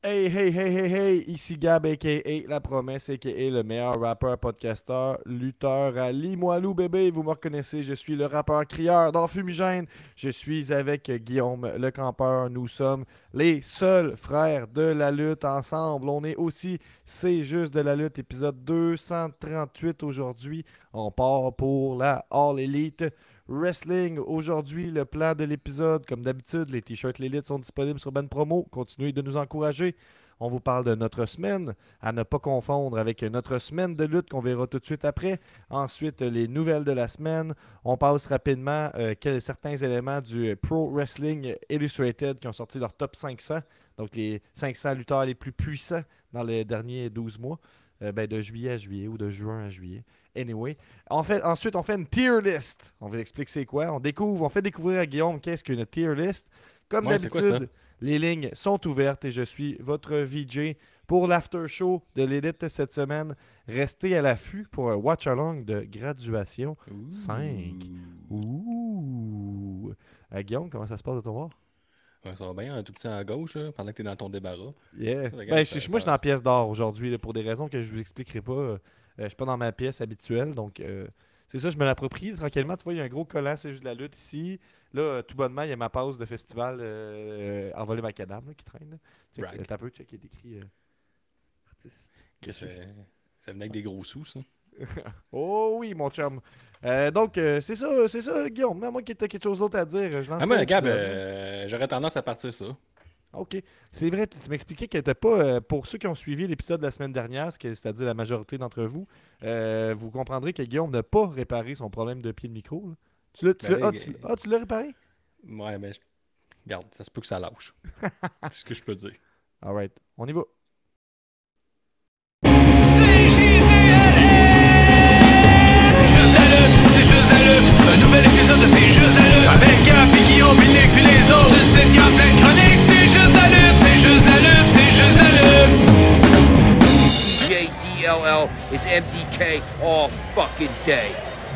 Hey, hey, hey, hey, hey, ici Gab, a.k.a. La Promesse, a.k.a. le meilleur rappeur, podcasteur, lutteur à Limoilou, bébé. Vous me reconnaissez, je suis le rappeur crieur dans Fumigène. Je suis avec Guillaume le campeur. Nous sommes les seuls frères de la lutte ensemble. On est aussi C'est juste de la lutte, épisode 238 aujourd'hui. On part pour la All Elite Wrestling. Aujourd'hui, le plan de l'épisode, comme d'habitude, les t-shirts l'élite sont disponibles sur Ben Promo. Continuez de nous encourager. On vous parle de notre semaine, à ne pas confondre avec notre semaine de lutte qu'on verra tout de suite après. Ensuite, les nouvelles de la semaine. On passe rapidement certains éléments du Pro Wrestling Illustrated qui ont sorti leur top 500. Donc, les 500 lutteurs les plus puissants dans les derniers 12 mois. De juillet à juillet ou de juin à juillet. Anyway. Ensuite, on fait une tier list. On vous explique c'est quoi. On fait découvrir à Guillaume qu'est-ce qu'une tier list. Comme Ouais, c'est quoi ça? d'habitude, les lignes sont ouvertes et je suis votre VJ pour l'after show de l'élite cette semaine. Restez à l'affût pour un watch-along de graduation 5. Ouh. Ouh! Guillaume, comment ça se passe de ton bord? Ouais, ça va bien, un tout petit à gauche, là, pendant que t'es dans ton débarras. Yeah. Regarde, Moi, je suis dans la pièce d'or aujourd'hui là, pour des raisons que je vous expliquerai pas. Je suis pas dans ma pièce habituelle, donc c'est ça, je me l'approprie tranquillement. Tu vois, il y a un gros collant, c'est juste de la lutte ici. Là, tout bonnement, il y a ma pause de festival Envoler Macadam là, qui traîne. Là. Check, Brag. t'as peu, check, il est écrit artiste Que ça, dessus. ça venait avec des gros sous, ça. Oh oui, mon chum. C'est ça, Guillaume. Mais à moins que tu aies quelque chose d'autre à dire, je Ah, lancerai moi, Gab, l'épisode. j'aurais tendance à partir ça. OK. C'est vrai, tu m'expliquais que t'as pas, pour ceux qui ont suivi l'épisode de la semaine dernière, c'est-à-dire la majorité d'entre vous, vous comprendrez que Guillaume n'a pas réparé son problème de pied de micro. Là. Ben, là, Tu l'as réparé? ouais, mais regarde, ça se peut que ça lâche. C'est ce que je peux dire. Alright, on y va. C'est juste la lutte, un nouvel épisode de C'est juste la lutte. Avec Gap et Guillaume, Nick puis les autres. Le site, y'a plein de chroniques. C'est juste la lutte, c'est juste la lutte, c'est juste la lutte. JDLL is MDK all fucking day.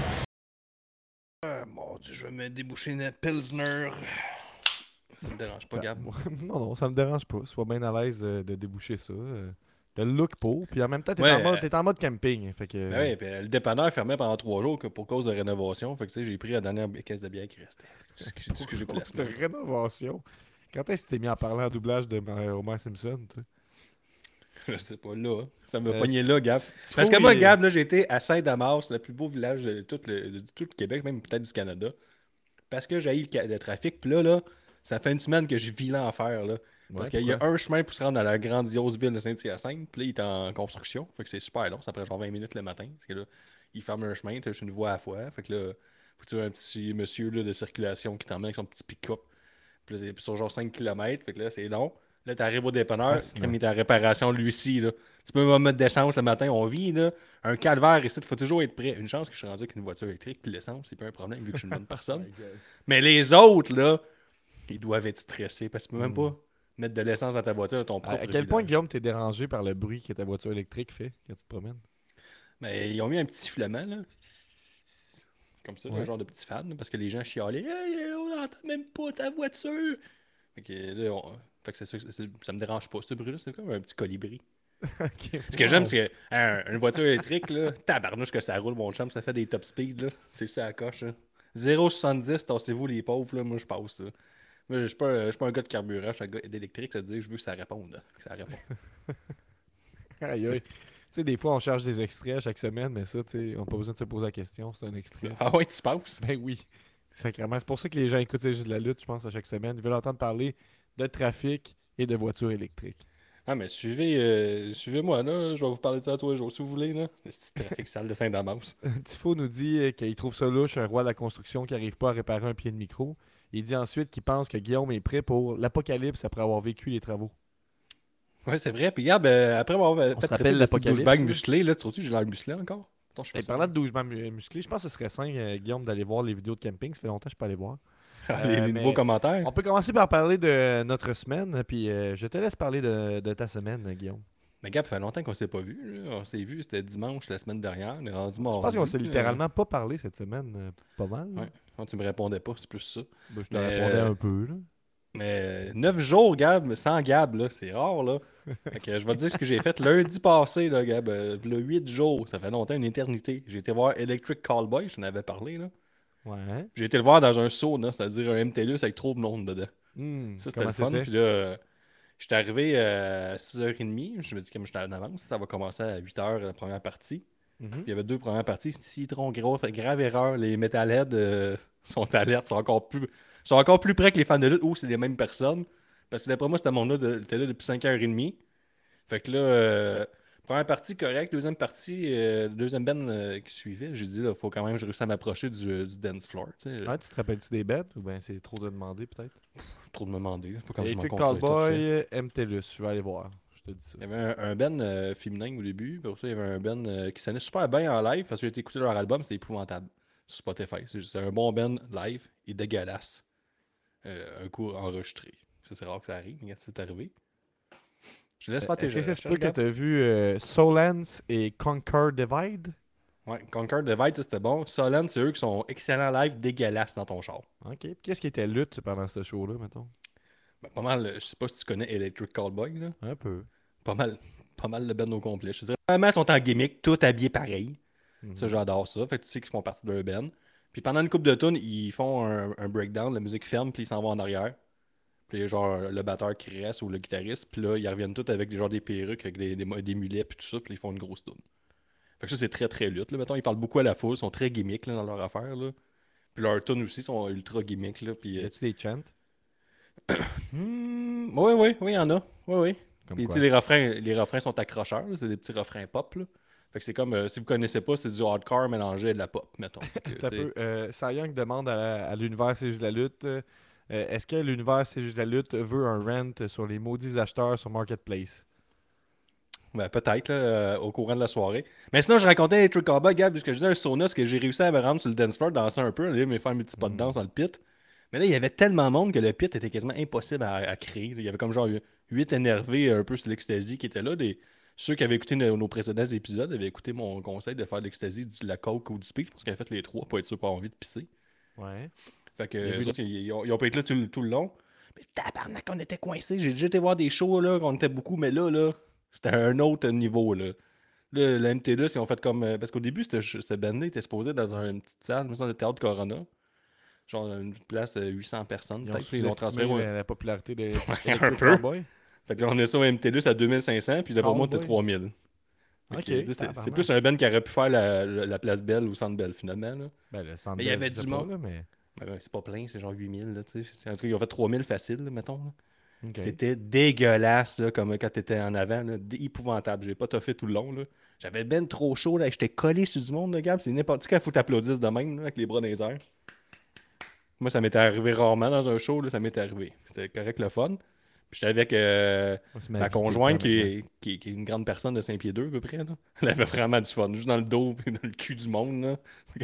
Mon Dieu, je vais me déboucher une Pilsner. Ça me dérange pas, Gab. Non, ça me dérange pas. Sois bien à l'aise de déboucher ça. T'as le look pour, puis en même temps, Ouais, t'es en mode camping. Fait que, ben oui, puis le dépanneur fermait pendant 3 jours pour cause de rénovation. Fait que tu sais, j'ai pris la dernière caisse de bière qui restait. C'est tout ce que j'ai pour la cette semaine. rénovation. Quand est-ce que tu t'es mis à parler en doublage de Homer Simpson? Toi? Je sais pas, là. Ça m'a Euh, pogné tu- là, Gab. tu Parce que fouilles, moi, Gab, là, j'ai été à Saint-Damas, le plus beau village de tout le Québec, même peut-être du Canada. Parce que j'ai eu le trafic. Puis là, ça fait une semaine que je vis l'enfer, là. Parce Ouais, qu'il y a pourquoi? un chemin pour se rendre dans la grandiose ville de Saint-Hyacinthe. Puis là, il est en construction. Fait que c'est super long. Ça prend genre 20 minutes le matin. Parce que là, il ferme un chemin. T'as juste une voie à la fois. Fait que là, faut que tu aies un petit monsieur là, de circulation qui t'emmène avec son petit pick-up. Puis là, c'est sur genre 5 km. Fait que là, c'est long. Là, t'arrives au dépanneur. Fascinant. Crème, il est en réparation, lui-ci, là. Tu peux me mettre d'essence le matin. On vit, là. Un calvaire ici. Il faut toujours être prêt. Une chance que je suis rendu avec une voiture électrique. Puis l'essence, c'est pas un problème vu que je suis une bonne personne. My God. Mais les autres, là, ils doivent être stressés parce que tu peux même Hmm. pas mettre de l'essence dans ta voiture dans ton propre À quel point, village. Guillaume, t'es dérangé par le bruit que ta voiture électrique fait quand tu te promènes? Mais ils ont mis un petit sifflement, là. Comme ça, un Ouais. genre de petit fan, là, parce que les gens chialaient. Hey, on n'entend même pas ta voiture. Fait que là, fait que c'est sûr que ça me dérange pas, ce bruit-là. C'est comme un petit colibri. Ok, Ce que j'aime, wow. c'est que une voiture électrique, là, tabarnouche que ça roule, mon chum, ça fait des top speed, là. C'est ça à coche, là. 0,70, tassez-vous les pauvres, là. Moi, je passe ça. Moi, je suis pas un gars de carburant, je suis un gars d'électrique, ça veut dire que je veux que ça réponde, là. Que ça répond. Aïe, aïe. Tu sais, des fois, on cherche des extraits à chaque semaine, mais ça, tu sais, on n'a pas besoin de se poser la question. C'est un extrait. Ah ouais, tu penses? Ben oui, sacrément. C'est pour ça que les gens écoutent C'est juste de la lutte, je pense, à chaque semaine. Ils veulent entendre parler de trafic et de voitures électriques. Ah, mais suivez-moi, là. Je vais vous parler de ça tous les jours, si vous voulez, là. Le petit trafic sale de Saint-Damas. Tifo nous dit qu'il trouve ça louche, un roi de la construction qui n'arrive pas à réparer un pied de micro. Il dit ensuite qu'il pense que Guillaume est prêt pour l'apocalypse après avoir vécu les travaux. Ouais, c'est vrai. Puis, regarde, après avoir On fait se traiter rappelle de petit l'apocalypse, douchebag là. musclé, là, tu trouves que j'ai l'air musclé encore? Attends, je fais Et ça. parlant de douchebag musclé, je pense que ce serait sain, Guillaume, d'aller voir les vidéos de camping. Ça fait longtemps que je peux aller voir. Les nouveaux Mais commentaires. on peut commencer par parler de notre semaine, puis je te laisse parler de ta semaine, Guillaume. Mais Gab, ça fait longtemps qu'on s'est pas vu, là. On s'est vu, c'était dimanche la semaine dernière. On est rendu Je pense qu'on mardi. s'est littéralement pas parlé cette semaine, pas mal. Là. Ouais, quand tu me répondais pas, c'est plus ça. Ben, je te Mais répondais un peu. Là. Mais 9 jours, Gab, sans Gab, là, c'est rare, là. Fait que je vais te dire ce que j'ai fait lundi passé, là, Gab. Le 8 jours, ça fait longtemps, une éternité. J'ai été voir Electric Callboy, je t'en avais parlé, là. Ouais. J'ai été le voir dans un sauna, c'est-à-dire un MTLUS avec trop de monde dedans. Ça, c'était Comment le fun. c'était? Puis là, j'étais arrivé à 6h30. Je me dis, comme j'étais en avance, ça va commencer à 8h la première partie. Puis il y avait deux premières parties. Citron gros, fait grave erreur. Les Metalheads sont alertes, sont encore plus près que les fans de lutte où c'est les mêmes personnes. Parce que d'après moi, c'était monde-là était là depuis 5h30. Fait que là, première partie correcte, deuxième partie, deuxième band qui suivait, j'ai dit, là, faut quand même que je réussisse à m'approcher du dance floor. Tu sais, Ouais, tu te rappelles-tu des bêtes ou bien c'est trop de demander peut-être? trop de me demander. Faut quand je m'en Electric compte Callboy, MTLUS, je vais aller voir. Je te dis ça. Il y avait un band féminin au début, puis après ça, il y avait un band qui sonnait super bien en live parce que j'ai été écouter leur album, c'était épouvantable sur Spotify. C'est un bon band live et dégueulasse. Un coup enregistré. Ça, c'est rare que ça arrive, mais regarde, c'est arrivé. Je laisse faire tes Est-ce que ça se recherches, peut que Gab. tu as vu Solence et Conquer Divide? Ouais, Conquer Divide, ça, c'était bon. Solent, c'est eux qui sont excellents live, dégueulasses dans ton char. Ok. Puis qu'est-ce qui était lutte pendant ce show-là, mettons? Ben, pas mal, je sais pas si tu connais Electric Callboy, là. Un peu. Pas mal, pas mal le band au complet. Je te dirais, vraiment, ils sont en gimmick, tout habillés pareil. Ça, j'adore ça. Fait que tu sais qu'ils font partie d'un band. Puis pendant une couple de tunes, ils font un breakdown, la musique ferme, puis ils s'en vont en arrière. Puis genre le batteur qui reste ou le guitariste, puis là, ils reviennent tous avec des perruques, avec des mulets, puis tout ça, puis ils font une grosse tune. Fait que ça, c'est très très lutte. Là. Mettons, ils parlent beaucoup à la foule, ils sont très gimmicks là, dans leur affaire. Là. Puis leurs tunes aussi sont ultra gimmicks. Là, puis, Y a-tu des chants? oui, il y en a. Oui. Comme Puis tu quoi? sais, les refrains sont accrocheurs, là, c'est des petits refrains pop. Là. Fait que c'est comme, si vous connaissez pas, c'est du hardcore mélangé à de la pop, mettons. Fait que, T'as tu sais, peu. Cy Young demande à l'univers C'est juste la lutte. Est-ce que l'univers C'est juste la lutte veut un rent sur les maudits acheteurs sur Marketplace? ben, peut-être, là, au courant de la soirée. Mais sinon, je racontais les trucs en bas, Gab, puisque je disais un sauna, c'est que j'ai réussi à me rendre sur le dance floor, danser un peu, aller me faire mes petits pas de danse dans le pit. Mais là, il y avait tellement de monde que le pit était quasiment impossible à créer. Il y avait comme genre 8 énervés un peu sur l'ecstasy qui étaient là. Ceux qui avaient écouté nos précédents épisodes avaient écouté mon conseil de faire de l'ecstasy, de la coke ou du speed. Je pense qu'ils avaient fait les trois pour être sûr pas envie de pisser. Ouais. Fait que Il y a eux vu autres, ils ont pas été là tout le long. Mais tabarnak, on était coincés. J'ai déjà été voir des shows, là, on était beaucoup, mais là, c'était un autre niveau, là. Là, la MTLUS, ils ont fait comme. Parce qu'au début, cette band-là était supposée dans une petite salle, me semble, le théâtre Corona. Genre une place de 800 personnes, Ils ont peut-être. Puis ils l'ont sous-estimé transféré. la popularité de Un Electric peu. Cowboy. Fait que là, on est ça au MTLUS à 2500, puis d'après moi, on était Cowboy. 3000. Fait Ok. que, tu sais, c'est tabarnak. plus un band qui aurait pu faire la place Belle ou Centre Belle, finalement. Là. Ben, le centre Mais il y Bell, avait je sais du pas, monde. là, mais. Ouais, c'est pas plein, c'est genre 8000. Là, tu sais. En tout cas, ils ont fait 3000 facile, là, mettons. Là. Ok. C'était dégueulasse, là, comme quand t'étais en avant. Là, épouvantable. J'ai pas toffé tout le long. Là. J'avais ben trop chaud. Là. J'étais collé sur du monde, là, Gab. C'est n'importe quoi. Il faut t'applaudisse de même, là, avec les bras dans les airs. Moi, ça m'était arrivé rarement dans un show. Là, ça m'était arrivé. C'était correct, le fun. Puis j'étais avec Moi, c'est ma ma vie tout le conjointe temps qui maintenant. est une grande personne de 5 pieds 2 à peu près. Là. Elle avait vraiment du fun. Juste dans le dos et dans le cul du monde. Là.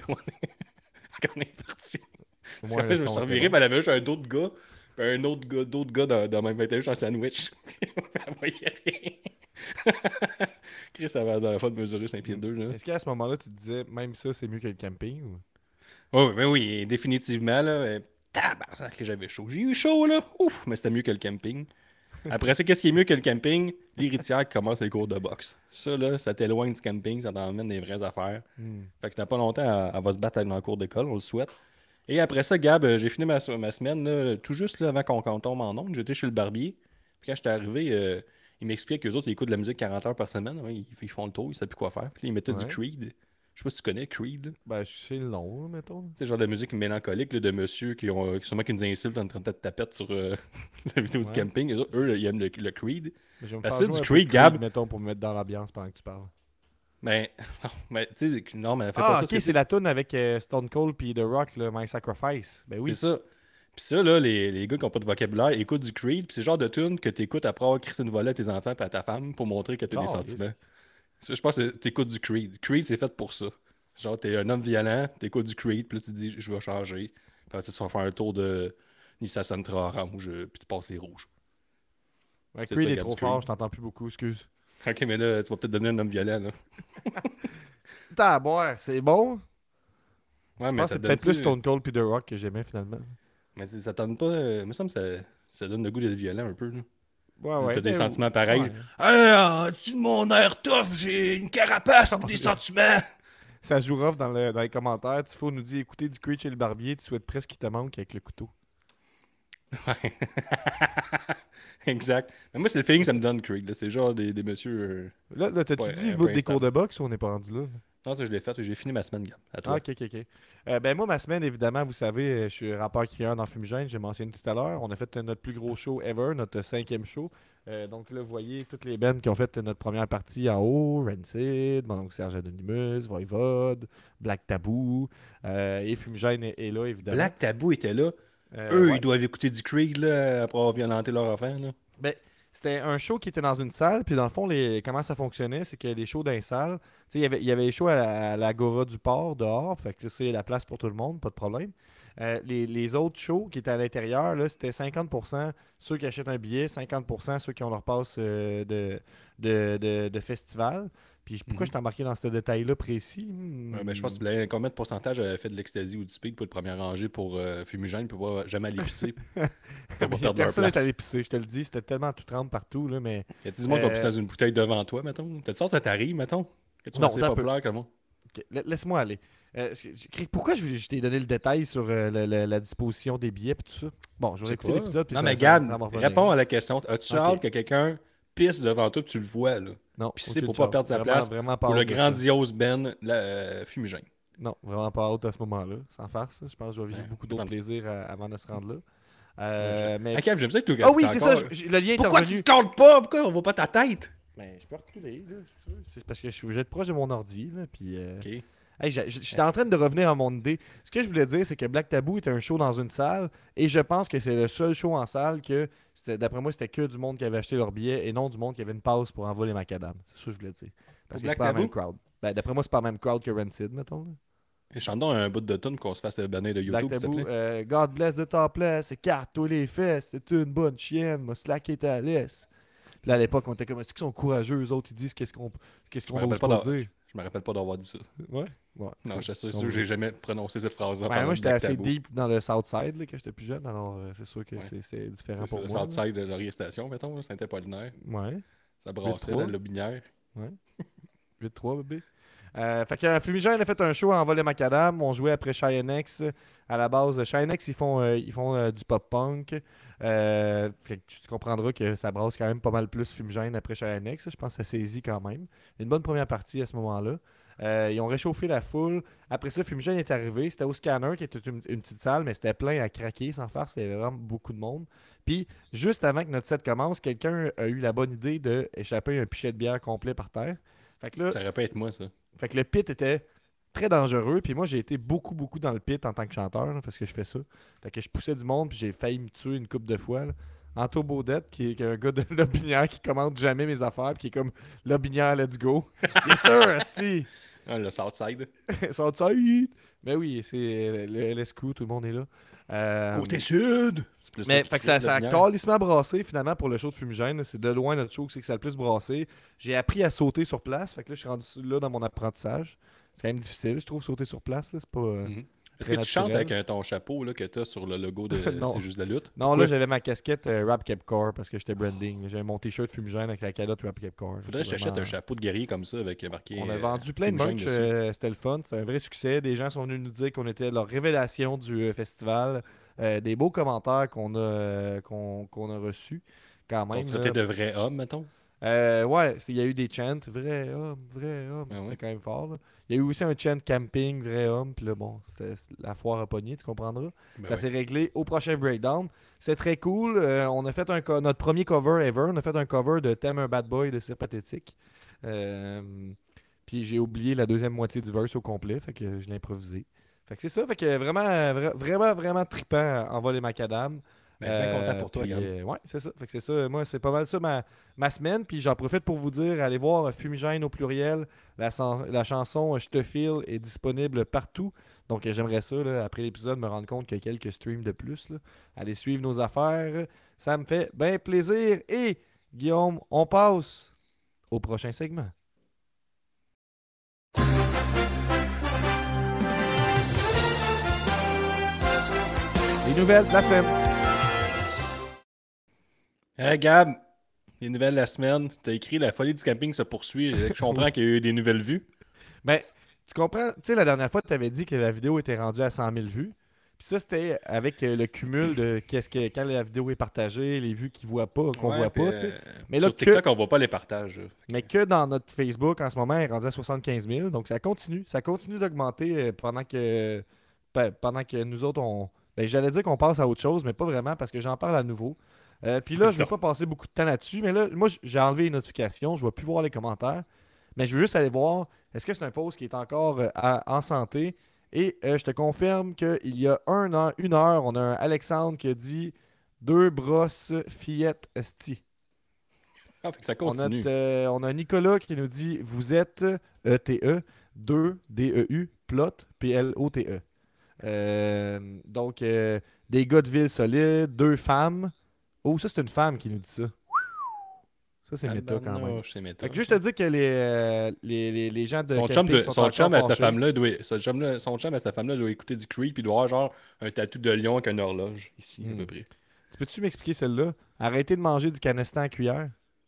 Quand on est parti. Au Parce moins, qu'après, le je me son suis était reviré, bon. mais elle avait juste un autre gars. Puis un autre gars, d'autres gars dans le même vêtement, juste un sandwich. Elle voyait rien. Chris, ça avait la fois de mesurer 5 pieds 2. Là. Est-ce qu'à ce moment-là, tu te disais, même ça, c'est mieux que le camping? Ou... Oh, ben oui, définitivement. Là, tabarnak que j'avais chaud. J'ai eu chaud, là. Ouf, mais c'était mieux que le camping. Après ça, qu'est-ce qui est mieux que le camping? L'héritière qui commence les cours de boxe. Ça, là, ça t'éloigne du camping, ça t'emmène des vraies affaires. Fait que t'as pas longtemps, elle va se battre dans le cours d'école, on le souhaite. Et après ça, Gab, j'ai fini ma semaine, là, tout juste là, avant qu'on tombe en ondes. J'étais chez le barbier. Puis quand j'étais arrivé, il m'expliquait qu'eux autres, ils écoutent de la musique 40 heures par semaine. Ouais, ils font le tour, ils savent plus quoi faire. Puis là, ils mettaient du Ouais. Creed. Je sais pas si tu connais Creed. Là. Ben, je sais le nom, là, mettons. C'est genre de musique mélancolique là, de monsieur qui ont sûrement qui nous insultent en train de tapette sur la vidéo du Ouais. camping. Eux, ils aiment le Creed. Mais je vais me Ben, faire ça, jouer du un peu Creed, de Gab. mettons, pour me mettre dans l'ambiance pendant que tu parles. Mais, non, mais tu sais, non, mais elle fait pas Ah, ça. ok, c'est la toune avec Stone Cold puis The Rock, là, My Sacrifice. Ben oui. C'est ça. Puis ça, là, les gars qui n'ont pas de vocabulaire écoutent du Creed. Puis c'est le genre de tune que tu écoutes après avoir crissé une volée à tes enfants et à ta femme pour montrer que tu as des Oh, sentiments. Ça, je pense que tu écoutes du Creed. Creed, c'est fait pour ça. Genre, t'es un homme violent, t'écoutes du Creed, puis là, tu te dis, je vais changer. Puis après, tu vas faire un tour de Nissan Sentra orange, puis tu passes les rouges. Ouais, C'est Creed ça, est Gab, trop du Creed. fort, je t'entends plus beaucoup, excuse. Ok, mais là, tu vas peut-être devenir un homme violent, là. T'as à boire, c'est bon. Ouais, Je mais pense que ça c'est te peut-être plus donne-tu... Stone Cold puis The Rock que j'aimais finalement. Mais ça te donne pas... me semble que Ça donne le goût d'être violent un peu. Là. Ouais, T'as des ben, sentiments pareils. ouais. Ah, tu mon air tough, j'ai une carapace pour des sentiments. Ça joue rough dans les commentaires. Tifo nous dit écoutez du Creed chez le barbier, tu souhaites presque qu'il te manque avec le couteau. Ouais. Exact. Mais moi, c'est le feeling que ça me donne, Craig. Là. C'est genre des messieurs. Là t'as-tu Ouais, dit le un bout peu des cours instable. de boxe ou on n'est pas rendu là? Non, ça, je l'ai fait. J'ai fini ma semaine, gars. À Ah, toi. ok. Ben moi, ma semaine, évidemment, vous savez, je suis rappeur-crieur dans Fumigène, j'ai mentionné tout à l'heure. On a fait notre plus gros show ever, notre 5e show. Donc là, vous voyez toutes les bands qui ont fait notre première partie en haut, Rancid, mon oncle Serge Anonymous, Voivode, Black Taboo, et Fumigène est là, évidemment. Black Taboo était là. Eux, Ouais. ils doivent écouter du Creed là, après avoir violenté leur enfant. Là. Ben, c'était un show qui était dans une salle, puis dans le fond, comment ça fonctionnait, c'est que les shows dans les salles, tu sais, il y avait les shows à l'Agora du Port, dehors, fait que c'est la place pour tout le monde, pas de problème. Les autres shows qui étaient à l'intérieur, là, c'était 50% ceux qui achètent un billet, 50% ceux qui ont leur passe de festival. Puis pourquoi je t'ai embarqué dans ce détail-là précis? Ouais, mais je pense que tu voulais combien de pourcentage avait fait de l'ecstasy ou du speed pour le premier rangée pour Fumigène pour pas jamais aller pisser. Pour pas perdre leur Personne n'est place. allé pisser, je te le dis, c'était tellement tout trempe partout, là, mais... Y a-t-il du monde qui va pisser dans une bouteille devant toi, mettons? T'as-tu sorte ça t'arrive, mettons? Que tu Non, assez t'as un peu. populaire comme moi? Ok, laisse-moi aller. Pourquoi je t'ai donné le détail sur la disposition des billets et tout ça? Bon, j'aurais écouté l'épisode. puis Non, ça- mais ça Gab, va me revenir. réponds à la question. As-tu Ok. hâte que quelqu'un pisse devant toi et tu le vois, là? Non, Puis c'est aucune pour pas chance. perdre sa Vraiment- place vraiment pas pour le hâte de ça. grandiose Ben Fumigène. Non, vraiment pas hâte à ce moment-là, sans farce. Je pense que je vais vivre Ouais, beaucoup ça d'autres me- plaisirs avant de se rendre là. Mais... Ah, Gab, j'aime ça que tu Ah oui, c'est ça, le lien est Pourquoi tu revenu. te comptes pas? Pourquoi on voit pas ta tête? Mais je peux reculer, là, si tu veux. C'est parce que je vais être proche de mon ordi, là, puis... Ok. Hey, j'étais en train de revenir à mon idée. Ce que je voulais dire, c'est que Black Taboo était un show dans une salle, et je pense que c'est le seul show en salle que, d'après moi, c'était que du monde qui avait acheté leur billet et non du monde qui avait une passe pour envoler macadam. C'est ça que je voulais dire. Parce que Black c'est pas la même Taboo? crowd. Ben, d'après moi, c'est pas la même crowd que Rancid, mettons. Là. Et chante donc un bout de tune qu'on se fasse bannir de Black YouTube, s'il te Taboo, plaît. God bless the topless, écarte-toi les fesses, c'est une bonne chienne, m'a slacké ta laisse. Puis là, à l'époque, on était comme, est-ce qu'ils sont courageux, eux autres, ils disent qu'est-ce qu'on me n'ose rappelle pas pas dire. Je me rappelle pas d'avoir dit ça. Ouais. Ouais. Non, je suis Ils sûr sont- que j'ai jamais prononcé cette phrase-là. Ben, pendant moi, j'étais Black assez Taboo. deep dans le Southside là, quand j'étais plus jeune, alors c'est sûr que Ouais. c'est différent C'est pour ça, moi. le Southside de Laurier Station, mettons, Saint-Apollinaire. Ouais. Ça brassait 8-3. la Lobinière. 8-3, bébé. Fait que Fumigène a fait un show en volet macadam. On jouait après Cheyenne-X. À la base, Cheyenne-X, ils font du pop-punk. Fait que tu comprendras que ça brasse quand même pas mal plus Fumigène après Cheyenne-X. Je pense que ça saisit quand même. Une bonne première partie à ce moment-là. Ils ont réchauffé la foule. Après ça, Fumigène est arrivé. C'était au Scanner, qui était une petite salle, mais c'était plein à craquer, sans faire. C'était vraiment beaucoup de monde. Puis, juste avant que notre set commence, quelqu'un a eu la bonne idée d'échapper un pichet de bière complet par terre. Fait que là, Ça aurait pas être moi, ça. fait que le pit était très dangereux. Puis moi, j'ai été beaucoup dans le pit en tant que chanteur, là, parce que je fais ça. Fait que je poussais du monde, puis j'ai failli me tuer une couple de fois. Là. Anto Baudette, qui est un gars de Lobinière qui commande jamais mes affaires, puis qui est comme Lobinière, let's go. Bien sûr, asti! Ah, le Southside. Southside! Ben oui, c'est le LSQ, tout le monde est là. Côté sud! C'est plus Mais qui fait que crie ça a Lobinière. calissement brassé finalement pour le show de Fumigène. C'est de loin notre show que c'est que ça a le plus brassé. J'ai appris à sauter sur place. Fait que là, je suis rendu là dans mon apprentissage. C'est quand même difficile, je trouve, sauter sur place. Là. C'est pas. Mhm. Est-ce très que tu chantes naturel. avec ton chapeau là, que tu as sur le logo de Non. C'est juste la lutte? Non, Pourquoi? là, j'avais ma casquette Rap Capcore parce que j'étais branding. J'avais mon t-shirt Fumigène avec la calotte Rap Capcore. Faudrait que je t'achète un chapeau de guerrier comme ça avec marqué. On a vendu plein de Fumigène merch, dessus. c'était le fun, c'était un vrai succès. Des gens sont venus nous dire qu'on était leur révélation du festival. Des beaux commentaires qu'on a reçus quand même. T'ont là. traité de vrai homme, mettons? Ouais, il y a eu des chants, vrai homme, Ah c'était ouais? quand même fort. Là. Il y a eu aussi un chant camping, vrai homme, puis là, bon, c'était la foire à pogner, tu comprendras. Ben Ça ouais. s'est réglé au prochain breakdown. C'est très cool. On a fait notre premier cover ever. On a fait un cover de T'aimes un bad boy de Cire Pathétique. Puis j'ai oublié la deuxième moitié du verse au complet, fait que je l'ai improvisé. Fait que c'est ça, fait que vraiment trippant en vol et macadam. Ben, bien content pour toi, puis, Gab. ouais, c'est ça. Fait que c'est ça. Moi, c'est pas mal ça ma semaine. Puis j'en profite pour vous dire, allez voir Fumigène au pluriel. La chanson Je te file est disponible partout. Donc j'aimerais ça, là, après l'épisode, me rendre compte qu'il y a quelques streams de plus. Là. Allez suivre nos affaires. Ça me fait bien plaisir. Et Guillaume, on passe au prochain segment. Les nouvelles de la semaine. Hey Gab, les nouvelles de la semaine. T'as écrit La folie du camping se poursuit. Je comprends qu'il y a eu des nouvelles vues. Ben, tu comprends, tu sais, la dernière fois, tu avais dit que la vidéo était rendue à 100 000 vues. Puis ça, c'était avec le cumul de qu'est-ce que quand la vidéo est partagée, les vues qu'on Ouais, voit puis pas, tu sais. Mais là, sur TikTok, on voit pas les partages. Là. mais que dans notre Facebook, en ce moment, elle est rendue à 75 000. Donc ça continue. Ça continue d'augmenter pendant que nous autres, ben, j'allais dire qu'on passe à autre chose, mais pas vraiment parce que j'en parle à nouveau. Puis là, je veux Donc, pas passer beaucoup de temps là-dessus. Mais là, moi, j'ai enlevé les notifications. Je ne vais plus voir les commentaires. Mais je veux juste aller voir, est-ce que c'est un post qui est encore en santé? Et je te confirme qu'il y a une heure, on a un Alexandre qui a dit deux brosses fillettes esti. fait que ça On a, continue. on a Nicolas qui nous dit vous êtes ETE 2 DEU plot PLOTE. Donc des gars de ville solides, deux femmes. Oh, ça c'est une femme qui nous dit ça. Ça c'est méta quand même. Tabarnouche, c'est méta. Fait que juste te dire que les gens de Son chum, camping sont son encore chum à cette fâchés. femme-là son chum à cette femme-là doit écouter du Creep puis doit avoir genre un tatou de lion avec une horloge ici à peu près. Tu peux-tu m'expliquer celle-là? Arrêtez de manger du canestan à cuillère.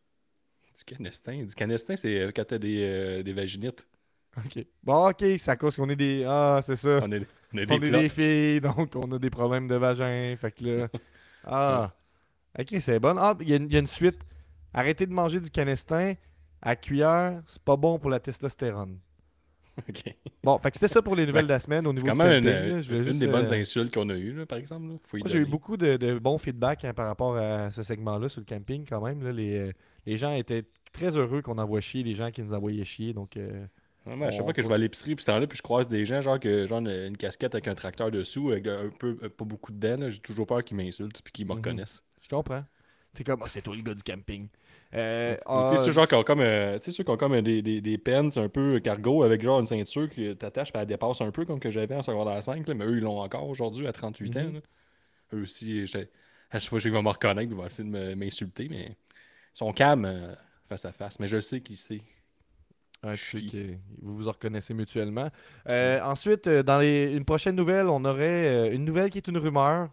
Du canestin, c'est quand t'as des vaginites. OK. Bon, OK, c'est à cause qu'on est des... Ah, c'est ça. On est, on est On des est plots. des filles, donc on a des problèmes de vagin. Fait que là... Ah, OK, c'est bon. Ah, il y a une suite. Arrêtez de manger du canestin à cuillère, c'est pas bon pour la testostérone. Ok. Bon, fait que c'était ça pour les Ben, nouvelles de la semaine au c'est niveau quand du même camping. Là. Je voulais une juste, des bonnes insultes qu'on a eues, là, par exemple. Là. Faut y moi, j'ai eu donner. beaucoup de bons feedbacks par rapport à ce segment-là sur le camping quand même. Là. Les gens étaient très heureux qu'on envoie chier les gens qui nous envoyaient chier. Donc, Vraiment, à chaque fois que je vais à l'épicerie, puis ce temps-là, puis je croise des gens, genre une casquette avec un tracteur dessous, avec un peu, pas beaucoup de dents, là, j'ai toujours peur qu'ils m'insultent puis qu'ils me mhm, reconnaissent. je comprends. C'est comme, ah, c'est toi le gars du camping. Ou tu sais, ceux genre qui ont comme, tu sais, ceux qui ont comme des pants un peu cargo avec genre une ceinture que t'attaches puis elle dépasse un peu comme que j'avais en secondaire 5, là, mais eux, ils l'ont encore aujourd'hui à 38 ans. mhm. Là. Eux aussi, à chaque fois que je vais me reconnaître, ils vont essayer de m'insulter, mais ils sont calmes face à face. Mais je le sais qui c'est. Ouais, Je tu sais suis. que vous vous reconnaissez mutuellement. Ensuite, dans une prochaine nouvelle, on aurait une nouvelle qui est une rumeur.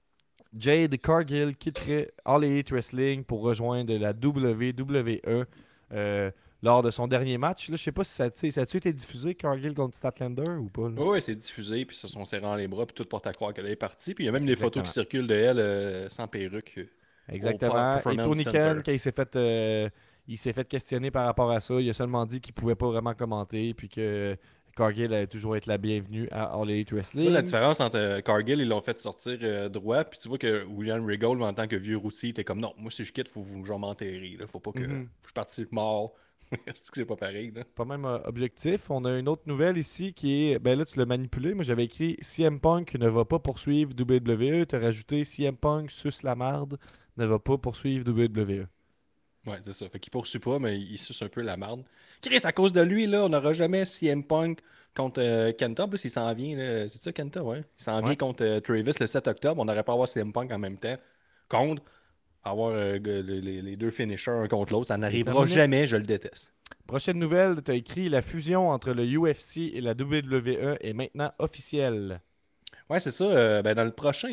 Jade Cargill quitterait All Elite Wrestling pour rejoindre la WWE lors de son dernier match. Là, je sais pas si ça a-tu été diffusé, Cargill contre Statlander ou pas? Là? Ouais, ouais, c'est diffusé, puis ils se sont serrés les bras, puis tout porte à croire qu'elle est partie. Puis il y a même des photos qui Exactement. circulent de elle sans perruque au Exactement. Et Performance Tony Center. Khan, quand il s'est fait questionner par rapport à ça, il a seulement dit qu'il pouvait pas vraiment commenter, puis que Cargill allait toujours être la bienvenue à All Elite Tu vois la Wrestling. différence entre Cargill, ils l'ont fait sortir droit, puis tu vois que William Regal, en tant que vieux routier, était comme non, moi si je quitte, faut que je vais m'enterrer. Là. Faut pas que. Faut Mhm. que je participe mort. C'est que c'est pas pareil. Là. Pas même objectif. On a une autre nouvelle ici qui est. Ben là, tu l'as manipulé. Moi, j'avais écrit CM Punk ne va pas poursuivre WWE. Tu as rajouté CM Punk suce la marde ne va pas poursuivre WWE. Ouais, c'est ça. Fait qu'il poursuit pas, mais il suce un peu la marde. Chris, à cause de lui, là, on n'aura jamais CM Punk contre Kenta. En plus, il s'en vient, là. C'est ça, Kenta, ouais. Il s'en vient Ouais. contre Travis le 7 octobre. On n'aurait pas à avoir CM Punk en même temps. Contre avoir les deux finishers un contre l'autre. Ça C'est n'arrivera terminé. jamais, je le déteste. Prochaine nouvelle, tu as écrit la fusion entre le UFC et la WWE est maintenant officielle. Ouais, c'est ça. Ben, dans le prochain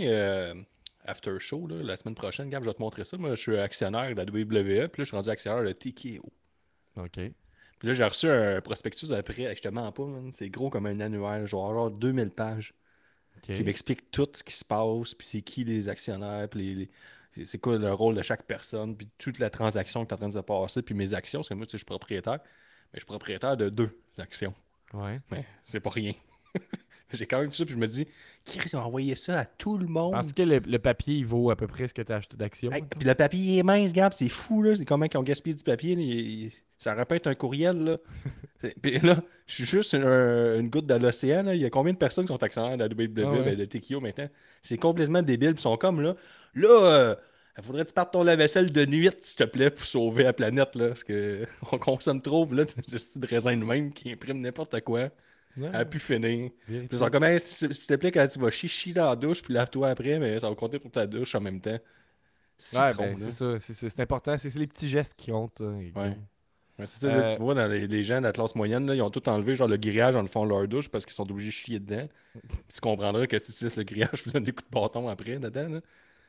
After Show, là, la semaine prochaine, Gab, je vais te montrer ça. Moi, je suis actionnaire de la WWE, puis là, je suis rendu actionnaire de TKO. OK. Puis là, j'ai reçu un prospectus après, je te mens pas, man. C'est gros comme un annuaire, genre 2000 pages, qui OK. m'explique tout ce qui se passe, puis c'est qui les actionnaires, puis c'est quoi le rôle de chaque personne, puis toute la transaction qui est en train de se passer, puis mes actions, parce que moi, tu sais, je suis propriétaire, mais je suis propriétaire de 2 actions. Ouais. Mais c'est pas rien. J'ai quand même tout ça, puis je me dis, Chris, ils ont envoyé ça à tout le monde. Parce que le papier, il vaut à peu près ce que tu as acheté d'actions. Hey, puis le papier il est mince, Gab, c'est fou, là. C'est comment qu'ils ont gaspillé du papier, là. Ça répète un courriel, là. Puis là, je suis juste une goutte dans l'océan, là. Il y a combien de personnes qui sont actionnaires de la WWE, Ah ouais. ben, de TKO maintenant? C'est complètement débile, puis ils sont comme, là, là, il faudrait que tu partes ton lave-vaisselle de nuit, s'il te plaît, pour sauver la planète, là, parce que on consomme trop, puis là, c'est ce style de raisin de même qui imprime n'importe quoi. Ouais, Elle a pu finir. vérité. Puis ils sont comme, hey, s'il te plaît, quand tu vas chier dans la douche, puis lave-toi après, mais ça va compter pour ta douche en même temps. Ouais, Citron, ben là. c'est ça. C'est important. C'est les petits gestes qui comptent. Ouais. Ouais, c'est ça, là, Euh, tu vois, dans les gens de la classe moyenne, là, ils ont tout enlevé, genre le grillage dans le fond de leur douche parce qu'ils sont obligés de chier dedans. Puis tu comprendras que si tu laisses le grillage, tu donnes des coups de bâton après, dedans. Là.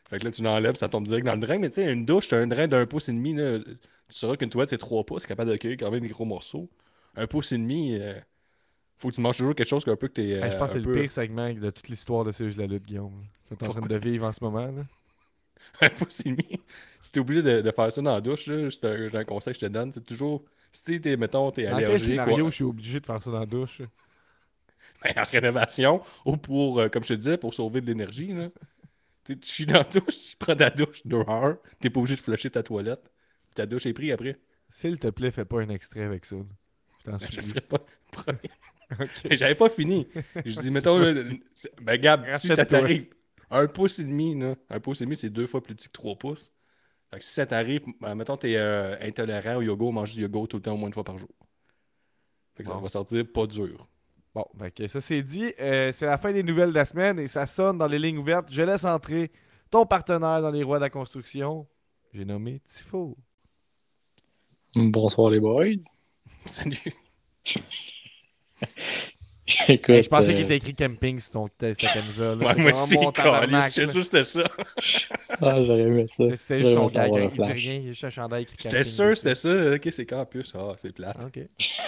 Fait que là, tu l'enlèves, ça tombe direct dans le drain. Mais tu sais, une douche, t'as un drain d'1,5 pouce. Là. Tu sauras qu'une toilette, c'est 3 pouces, c'est capable d'accueillir quand même des gros morceaux. 1,5 pouce, faut que tu manges toujours quelque chose qu'un peu que t'es Hey, je pense que un c'est le peu. pire segment de toute l'histoire de C'est juste la lutte, Guillaume. Que t'es en train Pourquoi? de vivre en ce moment. Là. 1,5 pouces. Si t'es obligé de faire ça dans la douche, là, j'ai un conseil que je te donne. C'est toujours. Si mettons, t'es Dans quel allergique ou scénario je suis obligé de faire ça dans la douche? ben, en rénovation ou pour, comme je te disais, pour sauver de l'énergie, là. Tu chies dans la douche, tu prends ta douche dehors, t'es pas obligé de flusher ta toilette. Ta douche est prise après. S'il te plaît, fais pas un extrait avec ça. Là. Je t'en Ben, je le supplie. ferai pas. Promis. Ok. Mais j'avais pas fini. Je dis, mettons, là, Vas-y. ben, Gab, si ça Rachète-toi. t'arrive, 1,5 pouces, là, 1,5 pouces, c'est 2 fois plus petit que 3 pouces. Fait que si ça t'arrive, ben, mettons, t'es intolérant au yoga, mange du yoga tout le temps au moins une fois par jour. Fait que ça Bon. va sortir pas dur. Bon, ben, que ça c'est dit. C'est la fin des nouvelles de la semaine et ça sonne dans les lignes ouvertes. Je laisse entrer ton partenaire dans les rois de la construction. J'ai nommé Tifo. Bonsoir les boys. Salut. Écoute, Hey, je pensais qu'il était écrit camping sur ton test à camisa. Ouais, moi aussi, câlisse, c'est juste ça. j'aurais aimé ça. C'est juste son J'aurais gag. aimé Il ça dit avoir un flash. rien. Il a juste un chandail écrit J'étais camping. sûr que dessus. c'était ça. Ok, c'est campus. Ah, c'est plate. Ok.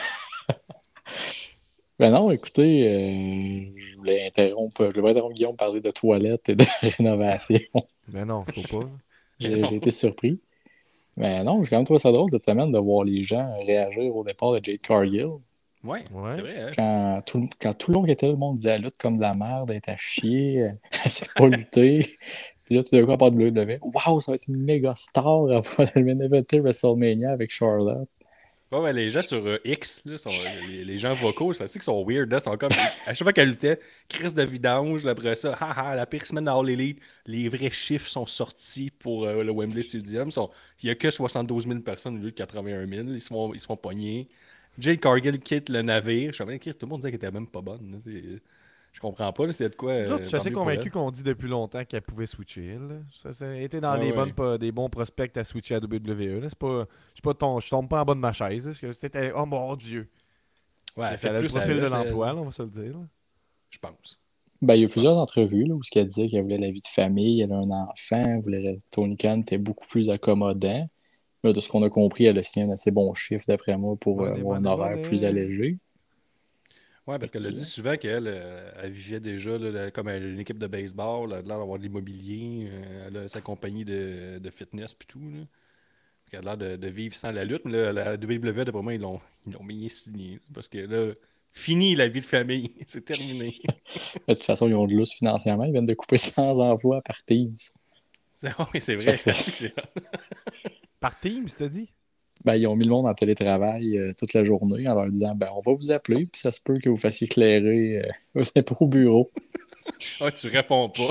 Ben non, écoutez, je voulais pas interrompre Guillaume parler de toilettes et de rénovation. Mais non, faut pas. J'ai été surpris. Mais non, j'ai quand même trouvé ça drôle cette semaine de voir les gens réagir au départ de Jade Cargill. Ouais, Ouais. c'est vrai. Hein? Quand tout le long était, le monde disait elle lutte comme de la merde, elle est à chier, elle sait pas lutter. Puis là, tout d'un coup, à part de WWE, waouh, ça va être une méga star. Elle va le main eventer WrestleMania avec Charlotte. Ouais, ouais, les gens sur X, là, les gens vocaux, c'est aussi qu'ils sont weird. Là, sont comme, à chaque fois qu'elle luttait, crise de vidange, là, après ça, haha, la pire semaine dans All Elite, les vrais chiffres sont sortis pour le Wembley Stadium. Il n'y a que 72 000 personnes au lieu de 81 000. Ils se font pogner. Jade Cargill quitte le navire. Je suis comme, Chris, tout le monde disait qu'elle était même pas bonne. Là, je comprends pas, là, c'est de quoi. Nous autres, je suis tant assez mieux pour convaincu elle. qu'on dit depuis longtemps qu'elle pouvait switcher. Elle. Ça a été dans Ouais, ouais. des bons prospects à switcher à WWE. Là. Je tombe pas en bas de ma chaise. Là, parce que c'était, oh mon Dieu. Ouais, elle Ça fait a le plus à profil de l'âge, l'emploi, là, on va se le dire. Là. je pense. Ben, il y a plusieurs entrevues là, où ce qu'elle disait qu'elle voulait la vie de famille, elle a un enfant, elle voulait Tony Khan était beaucoup plus accommodant. Là, de ce qu'on a compris, elle a signé un assez bon chiffre d'après moi pour avoir un horaire plus allégé. Ouais, parce qu'elle a dit souvent qu'elle elle vivait déjà là, comme une équipe de baseball, elle a l'air d'avoir de l'immobilier, elle a sa compagnie de fitness et tout. Là. Elle a l'air de vivre sans la lutte, mais là, la WWE, d'après moi, ils l'ont bien signé. Là, parce que là, fini la vie de famille, c'est terminé. De toute façon, ils ont de l'os financièrement, ils viennent de couper 100 emplois par Teams. Oui, c'est Fait vrai. que c'est- Par Teams, t'as dit? Ben, ils ont mis le monde en télétravail toute la journée en leur disant ben, on va vous appeler, puis ça se peut que vous fassiez éclairer, vous n'êtes pas au bureau. Ah, tu réponds pas.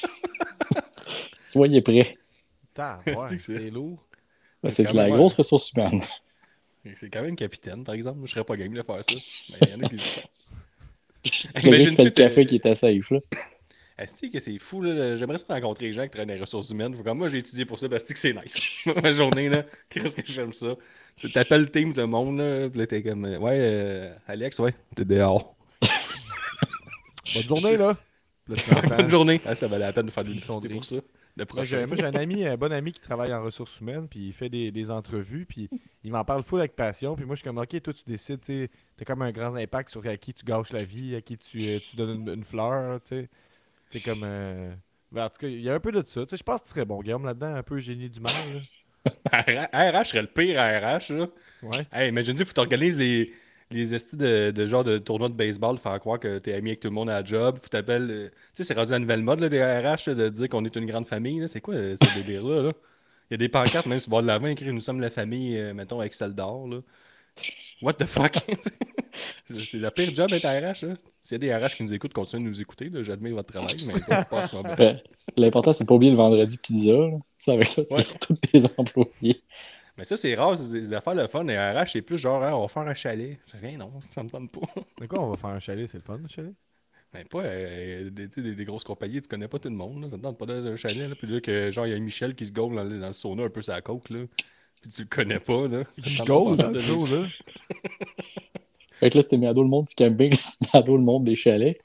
Soyez prêts. Ouais, c'est lourd. Ben, C'est c'est quand de la même, grosse ressource humaine. c'est quand même capitaine, par exemple. Moi, je serais pas game de faire ça. Mais il y en a qui le font. Quelqu'un qui Imagine-tu, fait le café qui était safe. Là. Est-ce que c'est fou, là? J'aimerais ça rencontrer les gens qui travaillent dans les ressources humaines. Comme moi, j'ai étudié pour ça, parce que c'est nice. Ma journée, là, qu'est-ce que j'aime ça? Tu t'appelles le team de monde, là, puis là, t'es comme, ouais, Alex, ouais, t'es dehors. Bonne journée, là. Là, tu l'entends. Bonne journée. Ah, ça valait la peine de faire de Ils sont l'université pour ça. Le Moi, prochain. j'ai un ami, un bon ami qui travaille en ressources humaines, puis il fait des entrevues, puis il m'en parle full avec passion. Puis moi, je suis comme, OK, toi, tu décides, tu sais, t'as comme un grand impact sur à qui tu gâches la vie, à qui tu donnes une fleur, tu sais. T'es comme. Ben, en tout cas, il y a un peu de ça. Tu sais, je pense que tu serais bon, Guillaume, là-dedans, un peu génie du mal. Là. RH serait le pire RH, là. Ouais. Hey, imagine-tu, il faut t'organiser les estis de genre de tournoi de baseball, faire croire que t'es ami avec tout le monde à la job. Faut t'appeler. Tu sais, c'est rendu la nouvelle mode là, des RH là, de dire qu'on est une grande famille. Là. C'est quoi ce délire-là? Là? Il y a des pancartes même sur le bord de la main écrit nous sommes la famille, mettons, avec celle d'or. Là. What the fuck? C'est le pire job d'être RH. Là. S'il y a des RH qui nous écoutent, continuez de nous écouter. Là. J'admire votre travail, mais pas en ce moment. L'important, c'est de pas oublier le vendredi pizza. Là. Ça, avec ça, tu Ouais. as tous tes employés. Mais ça, c'est rare. L'affaire le fun. Les RH, c'est plus genre, hein, on va faire un chalet. Rien, non, ça me tente pas. De quoi on va faire un chalet? C'est le fun, le chalet? Mais pas des grosses compagnies, tu connais pas tout le monde, là, ça te tente pas dans un chalet, là, puis là que genre il y a Michel qui se gaule dans le sauna un peu sa coke, là, puis tu le connais pas, là. Ça te Il tente gaule pas dans le de show, là. Fait que là, c'était mis à dos le monde du camping, c'était mis à dos le monde des chalets.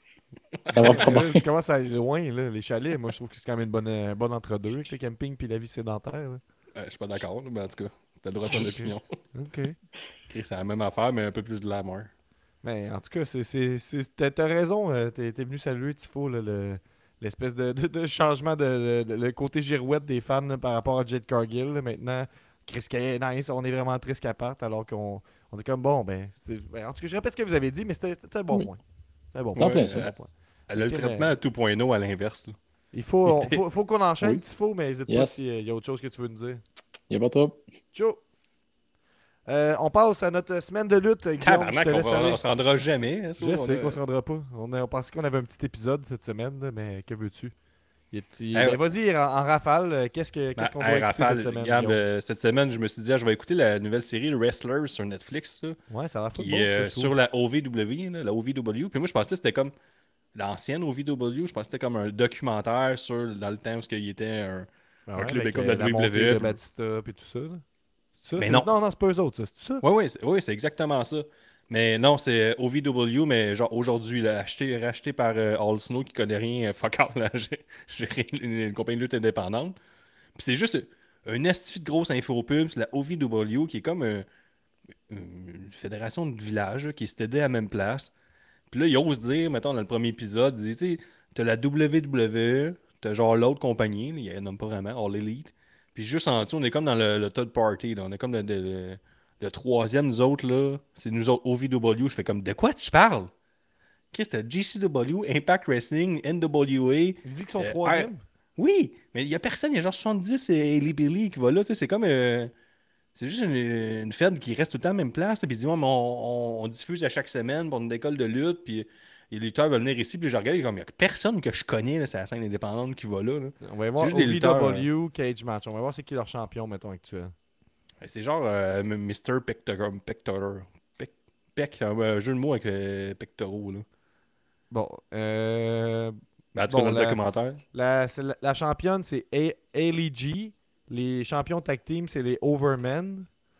Ça va pas Là, bien. tu commences à aller loin, là, les chalets. Moi, je trouve que c'est quand même une bonne entre-deux avec le camping puis la vie sédentaire. Là. Je suis pas d'accord, là, mais en tout cas, t'as le droit à ton Ok. opinion. OK. Chris, c'est la même affaire, mais un peu plus de glamour. Mais en tout cas, t'as raison. T'es venu saluer, Tifo, là, l'espèce de changement le côté girouette des fans là, par rapport à Jade Cargill. Là. Maintenant, Chris Kay, nice, on est vraiment triste qu'elle parte alors qu'on est comme bon, en tout cas, je répète ce que vous avez dit, mais c'était un bon Oui. point. C'était un bon C'est en point. plein Ouais, ça. C'était un bon point. elle Mais a le Chris, traitement à 2.0 à l'inverse. Là. il faut qu'on enchaîne, Oui. Tifo, mais n'hésite pas Yes. s'il y a autre chose que tu veux nous dire. Il n'y a pas de trouble. Ciao! On passe à notre semaine de lutte. Guillaume, je Tabarnak, te laisse aller. on se rendra jamais. Hein, ça, Je on sais a- qu'on se rendra pas. On pensait qu'on avait un petit épisode cette semaine, là, mais que veux-tu? Hey, Ben vas-y, en rafale, qu'est-ce qu'on doit écouter Rafale, cette semaine, regarde, Guillaume? cette semaine, je me suis dit, ah, je vais écouter la nouvelle série The Wrestlers sur Netflix, là, Ouais, ça a l'air qui football, ça, est je trouve. sur la OVW, là, la OVW. Puis moi, je pensais que c'était comme l'ancienne OVW. Je pensais que c'était comme un documentaire dans le temps où il était Ben un ouais, club avec école de la la montée de WWE. Batista et tout ça. Là. C'est ça? Mais non. Non, non, c'est pas eux autres, ça. C'est ça? Oui, c'est exactement ça. Mais non, c'est OVW, mais genre aujourd'hui, là, racheté par All Snow qui connaît rien, fuck all, là, j'ai une compagnie de lutte indépendante. Puis c'est juste un esti de grosse info-pub, c'est la OVW qui est comme une fédération de village là, qui s'est aidée à la même place. Puis là, ils osent dire, mettons, dans le premier épisode, tu sais, t'as la WWE, t'as genre l'autre compagnie, là, ils nomment pas vraiment, All Elite. Puis juste en dessous, on est comme dans le third party, là, on est comme le troisième, nous autres, là, c'est nous autres OVW. Je fais comme, de quoi tu parles? Qu'est-ce que c'est GCW, Impact Wrestling, NWA. Il dit qu'ils sont troisième? Oui, mais il y a personne, il y a genre 70 et Ellie Billy qui va là, tu sais, c'est comme. C'est juste une fête qui reste tout le temps à la même place. Puis ils disent, ouais, mais on diffuse à chaque semaine pour une école de lutte. Puis les lutteurs veulent venir ici. Puis je regarde, comme, il n'y a personne que je connais, là, c'est la scène indépendante qui va là. On va y C'est voir juste des lutteurs. OVW Cage Match. On va voir c'est qui leur champion, mettons, actuel. C'est genre Mr. Peck, un jeu de mots avec les pectoraux. Là. Bon, Ben, en tout cas, bon, dans le documentaire. la championne, c'est Hailey G. Les champions tag team, c'est les Overmen.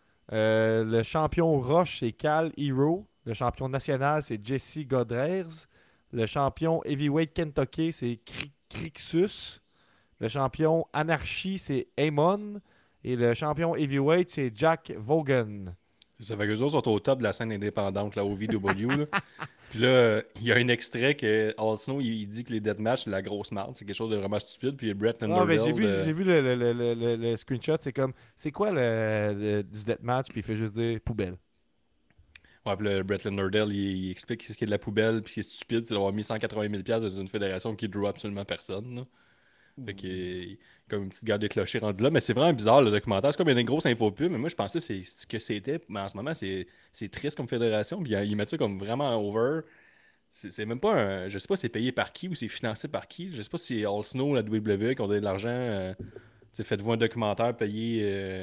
Le champion Roche, c'est Cal Hero. Le champion national, c'est Jesse Godrez. Le champion Heavyweight Kentucky, c'est Crixus. Le champion Anarchy, c'est Amon. Et le champion Heavyweight, c'est Jack Vaughan. C'est ça, fait qu'eux autres sont au top de la scène indépendante, la OVW. Là. Puis là, il y a un extrait que All Snow, il dit que les deathmatchs, c'est la grosse merde. C'est quelque chose de vraiment stupide. Puis Brett Ah, ben, Underhill. j'ai vu le screenshot. C'est comme, c'est quoi du deathmatch? Puis il fait juste dire poubelle. Ouais, puis le Brett Lauderdale, il explique ce qui est de la poubelle, puis c'est stupide, c'est d'avoir mis 180 000 dans une fédération qui draw absolument personne. Là. Fait qu'il est comme une petite garde de clocher rendu là. Mais c'est vraiment bizarre le documentaire. C'est comme une grosse info pub, mais moi je pensais que c'est ce que c'était. Mais en ce moment, c'est triste comme fédération. Puis ils mettent ça comme vraiment over. C'est même pas un. Je sais pas si c'est payé par qui ou c'est financé par qui. Je sais pas si c'est All Snow, la WWE, qui ont donné de l'argent. Faites-vous un documentaire payé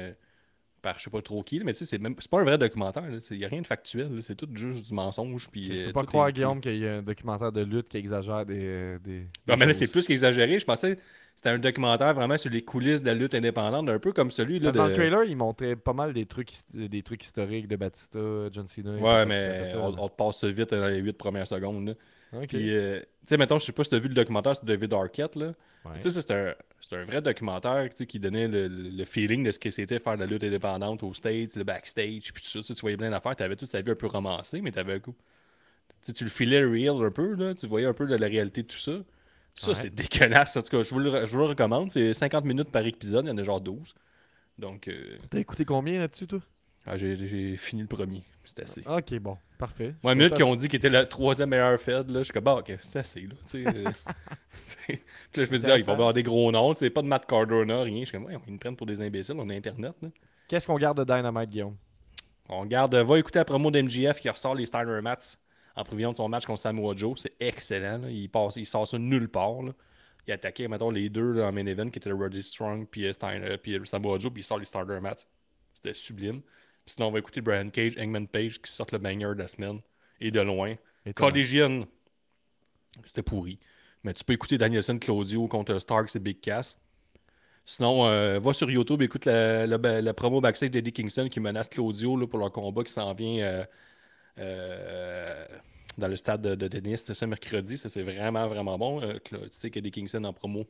par je sais pas trop qui. Mais tu sais, c'est pas un vrai documentaire. Il n'y a rien de factuel. Là. C'est tout juste du mensonge. Puis, Je peux pas tout croire, est- Guillaume, qu'il y a un documentaire de lutte qui exagère Non, mais là, choses. c'est plus qu'exagéré. Je pensais que c'était un documentaire vraiment sur les coulisses de la lutte indépendante, un peu comme celui là, Parce que dans le de. trailer, il montrait pas mal des trucs historiques de Batista, John Cena. et Ouais, patati mais patata, là. on te passe ça vite dans les 8 premières secondes. Là. Ok. Puis, tu sais, mettons, je sais pas si tu as vu le documentaire sur David Arquette. Là. Ouais. Tu sais, ça, c'est un vrai documentaire tu sais, qui donnait le feeling de ce que c'était faire de la lutte indépendante aux States, le backstage, puis tout ça. Tu sais, tu voyais plein d'affaires. Tu avais toute sa vie un peu romancée, mais tu avais un coup. Tu sais, tu le filais real un peu, là. Tu voyais un peu de la réalité de tout ça. Ça, Ouais. c'est dégueulasse. En tout cas, je vous le recommande. C'est 50 minutes par épisode. Il y en a genre 12. Donc, T'as écouté combien là-dessus, toi? j'ai fini le premier. C'est assez. Ok, bon, parfait. Moi, Je une suis minute content. qu'ils ont dit qu'il était la troisième meilleure Fed, là, je suis comme, bah, ok, c'est assez, là. Tu sais, tu sais. Puis là, je me dis, ah, ils vont avoir des gros noms, tu sais, pas de Matt Cardona, rien. Je suis comme, ouais, ils nous prennent pour des imbéciles, on a Internet, là. Qu'est-ce qu'on garde de Dynamite, Guillaume? On garde, va écouter la promo d'MJF qui ressort les Steiner Mats en prévision de son match contre Samoa Joe. C'est excellent, là. Il sort ça nulle part, là. Il a attaqué, mettons, les deux là, en main event qui étaient le Roddy Strong puis Steiner, puis Samoa Joe, puis il sort les Starter Mats. C'était sublime. Puis sinon, on va écouter Brian Cage, Hangman Page qui sortent le banger de la semaine. Et de loin. Étonnant. Collision, c'était pourri. Mais tu peux écouter Danielson Claudio contre Starks et Big Cass. Sinon, va sur YouTube, écoute la promo backstage d'Eddie Kingston qui menace Claudio là, pour leur combat qui s'en vient dans le stade de tennis ce mercredi. Ça, c'est vraiment, vraiment bon. Tu sais qu'il y a des Kingston en promo.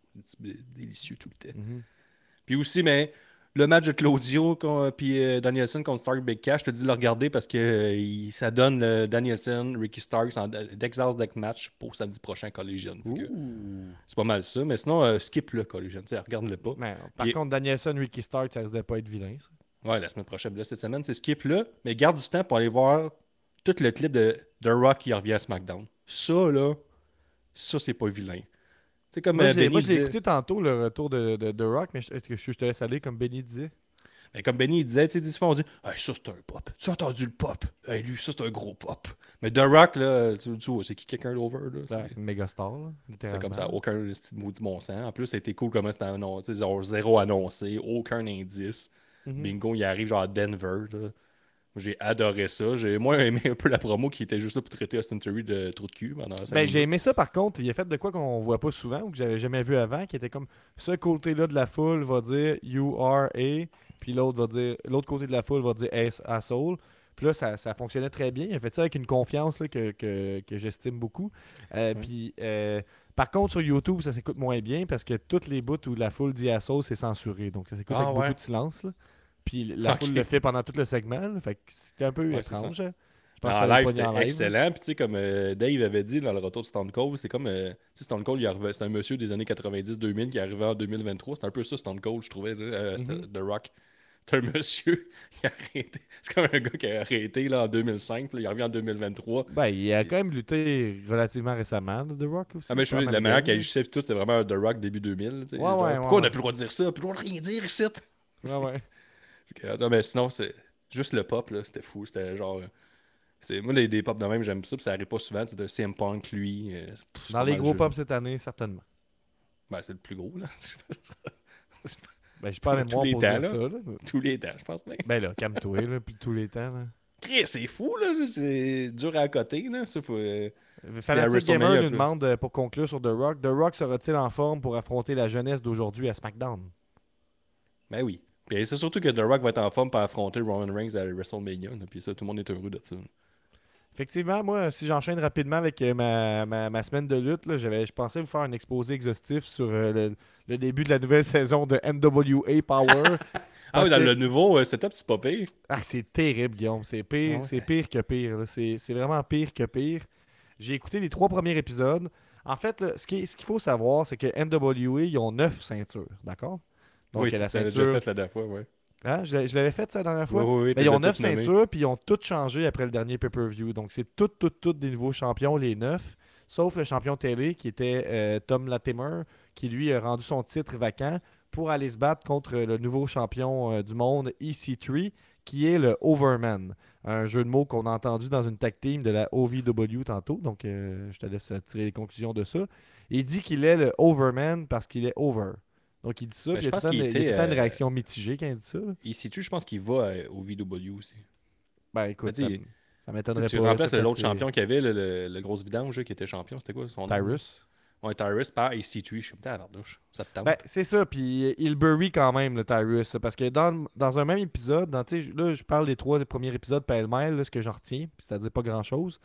Délicieux tout le temps. Puis aussi, mais le match de Claudio puis Danielson contre Stark Big Cash, je te dis de le regarder parce que ça donne le Danielson, Ricky Starks en Texas Deck Match pour samedi prochain Collision. C'est pas mal ça. Mais sinon, skip le Collision. Regarde-le pas. Mais, par contre, Danielson, Ricky Stark, ça risque de pas être vilain, ça. Ouais, la semaine prochaine. Là, cette semaine, c'est skip là. Mais garde du temps pour aller voir tout le clip de The Rock qui revient à SmackDown. Ça, là, ça, c'est pas vilain. C'est comme Moi, je l'ai disait. écouté tantôt, le retour de Rock, mais je te laisse aller, comme Benny disait. Mais comme Benny disait, tu sais, souvent on dit hey, ça c'est un pop. Tu as entendu le pop? Hey, lui, ça c'est un gros pop. Mais The Rock, là, tu vois, c'est qui quelqu'un d'over? Là? C'est une méga star, là, C'est comme ça, aucun petit maudit bon sens. En plus, c'était cool comment c'était annoncé, genre zéro annoncé, aucun indice. Bingo, il arrive genre à Denver. Là. J'ai adoré ça. J'ai moins aimé un peu la promo qui était juste là pour traiter Austin Theory de trou de cul pendant 5 minutes. J'ai aimé ça par contre. Il a fait de quoi qu'on voit pas souvent ou que j'avais jamais vu avant, qui était comme ce côté-là de la foule va dire You are a, puis l'autre côté de la foule va dire asshole. Puis là, ça fonctionnait très bien. Il a fait ça avec une confiance là, que j'estime beaucoup. Puis par contre, sur YouTube, ça s'écoute moins bien parce que toutes les bouts où la foule dit asshole, c'est censuré. Donc ça s'écoute avec beaucoup de silence. Là. Puis la foule le fait pendant tout le segment. Là, fait que c'est un peu étrange. Je pense en live, c'était excellent. Puis tu sais, comme Dave avait dit dans le retour de Stone Cold, c'est comme Stone Cold, c'est un monsieur des années 90-2000 qui est arrivé en 2023. C'est un peu ça, Stone Cold, je trouvais, The Rock. C'est un monsieur qui a arrêté. C'est comme un gars qui a arrêté là, en 2005, puis il est arrivé en 2023. Ben, il a quand même lutté relativement récemment, The Rock aussi. Ah, mais je trouve la manière qu'il agissait, tout, c'est vraiment un The Rock début 2000. Pourquoi on n'a plus le droit de dire ça? Plus le droit de rien dire ici? Ouais. Non, mais sinon, c'est juste le pop, là, c'était fou. C'était genre. Moi, des pop de même, j'aime ça, puis ça arrive pas souvent. C'est de CM Punk, lui. Dans les gros pop cette année, certainement. Ben, c'est le plus gros, là. Ben, je suis pas la mémoire pour dire ça, là. Tous les temps, je pense bien. Ben là, calme-toi, là, puis tous les temps, là. Chris, c'est fou, là. C'est dur à côté, là. Ça, faut. Fanatic Gamer nous demande pour conclure sur The Rock. The Rock sera-t-il en forme pour affronter la jeunesse d'aujourd'hui à SmackDown? Ben oui. Puis c'est surtout que The Rock va être en forme pour affronter Roman Reigns à WrestleMania. Là. Puis ça, tout le monde est heureux de ça. Effectivement, moi, si j'enchaîne rapidement avec ma semaine de lutte, là, je pensais vous faire un exposé exhaustif sur le début de la nouvelle saison de NWA Power. Ah oui, dans le nouveau setup, c'est pas pire. Ah, c'est terrible, Guillaume. C'est pire, c'est pire que pire. Là. C'est vraiment pire que pire. J'ai écouté les 3 premiers épisodes. En fait, là, ce qu'il faut savoir, c'est que NWA, ils ont 9 ceintures, d'accord? Donc, oui, c'est ça, déjà fait la dernière fois, ouais. Hein? Je l'avais fait ça la dernière fois? Oui, ils ont 9 ceintures, puis ils ont toutes changé après le dernier pay-per-view. Donc, c'est toutes des nouveaux champions, les 9, sauf le champion télé qui était Tom Latimer, qui lui a rendu son titre vacant pour aller se battre contre le nouveau champion du monde, EC3, qui est le Overman. Un jeu de mots qu'on a entendu dans une tag team de la OVW tantôt. Donc, je te laisse tirer les conclusions de ça. Il dit qu'il est le Overman parce qu'il est over. Donc, il dit ça, puis il y a tout le temps une réaction mitigée quand il dit ça. EC3, je pense qu'il va au VW aussi. Ben, écoute, ça m'étonnerait pas. Tu remplaces l'autre champion qu'il y avait, le gros vidange qui était champion, c'était quoi son nom? Tyrus. Ouais, Tyrus par EC3, je suis comme ça te tente. Ben, c'est ça, puis il bury quand même le Tyrus, parce que dans un même épisode, là, je parle des 3 premiers épisodes pêle-mêle, ce que j'en retiens, c'est-à-dire pas grand-chose.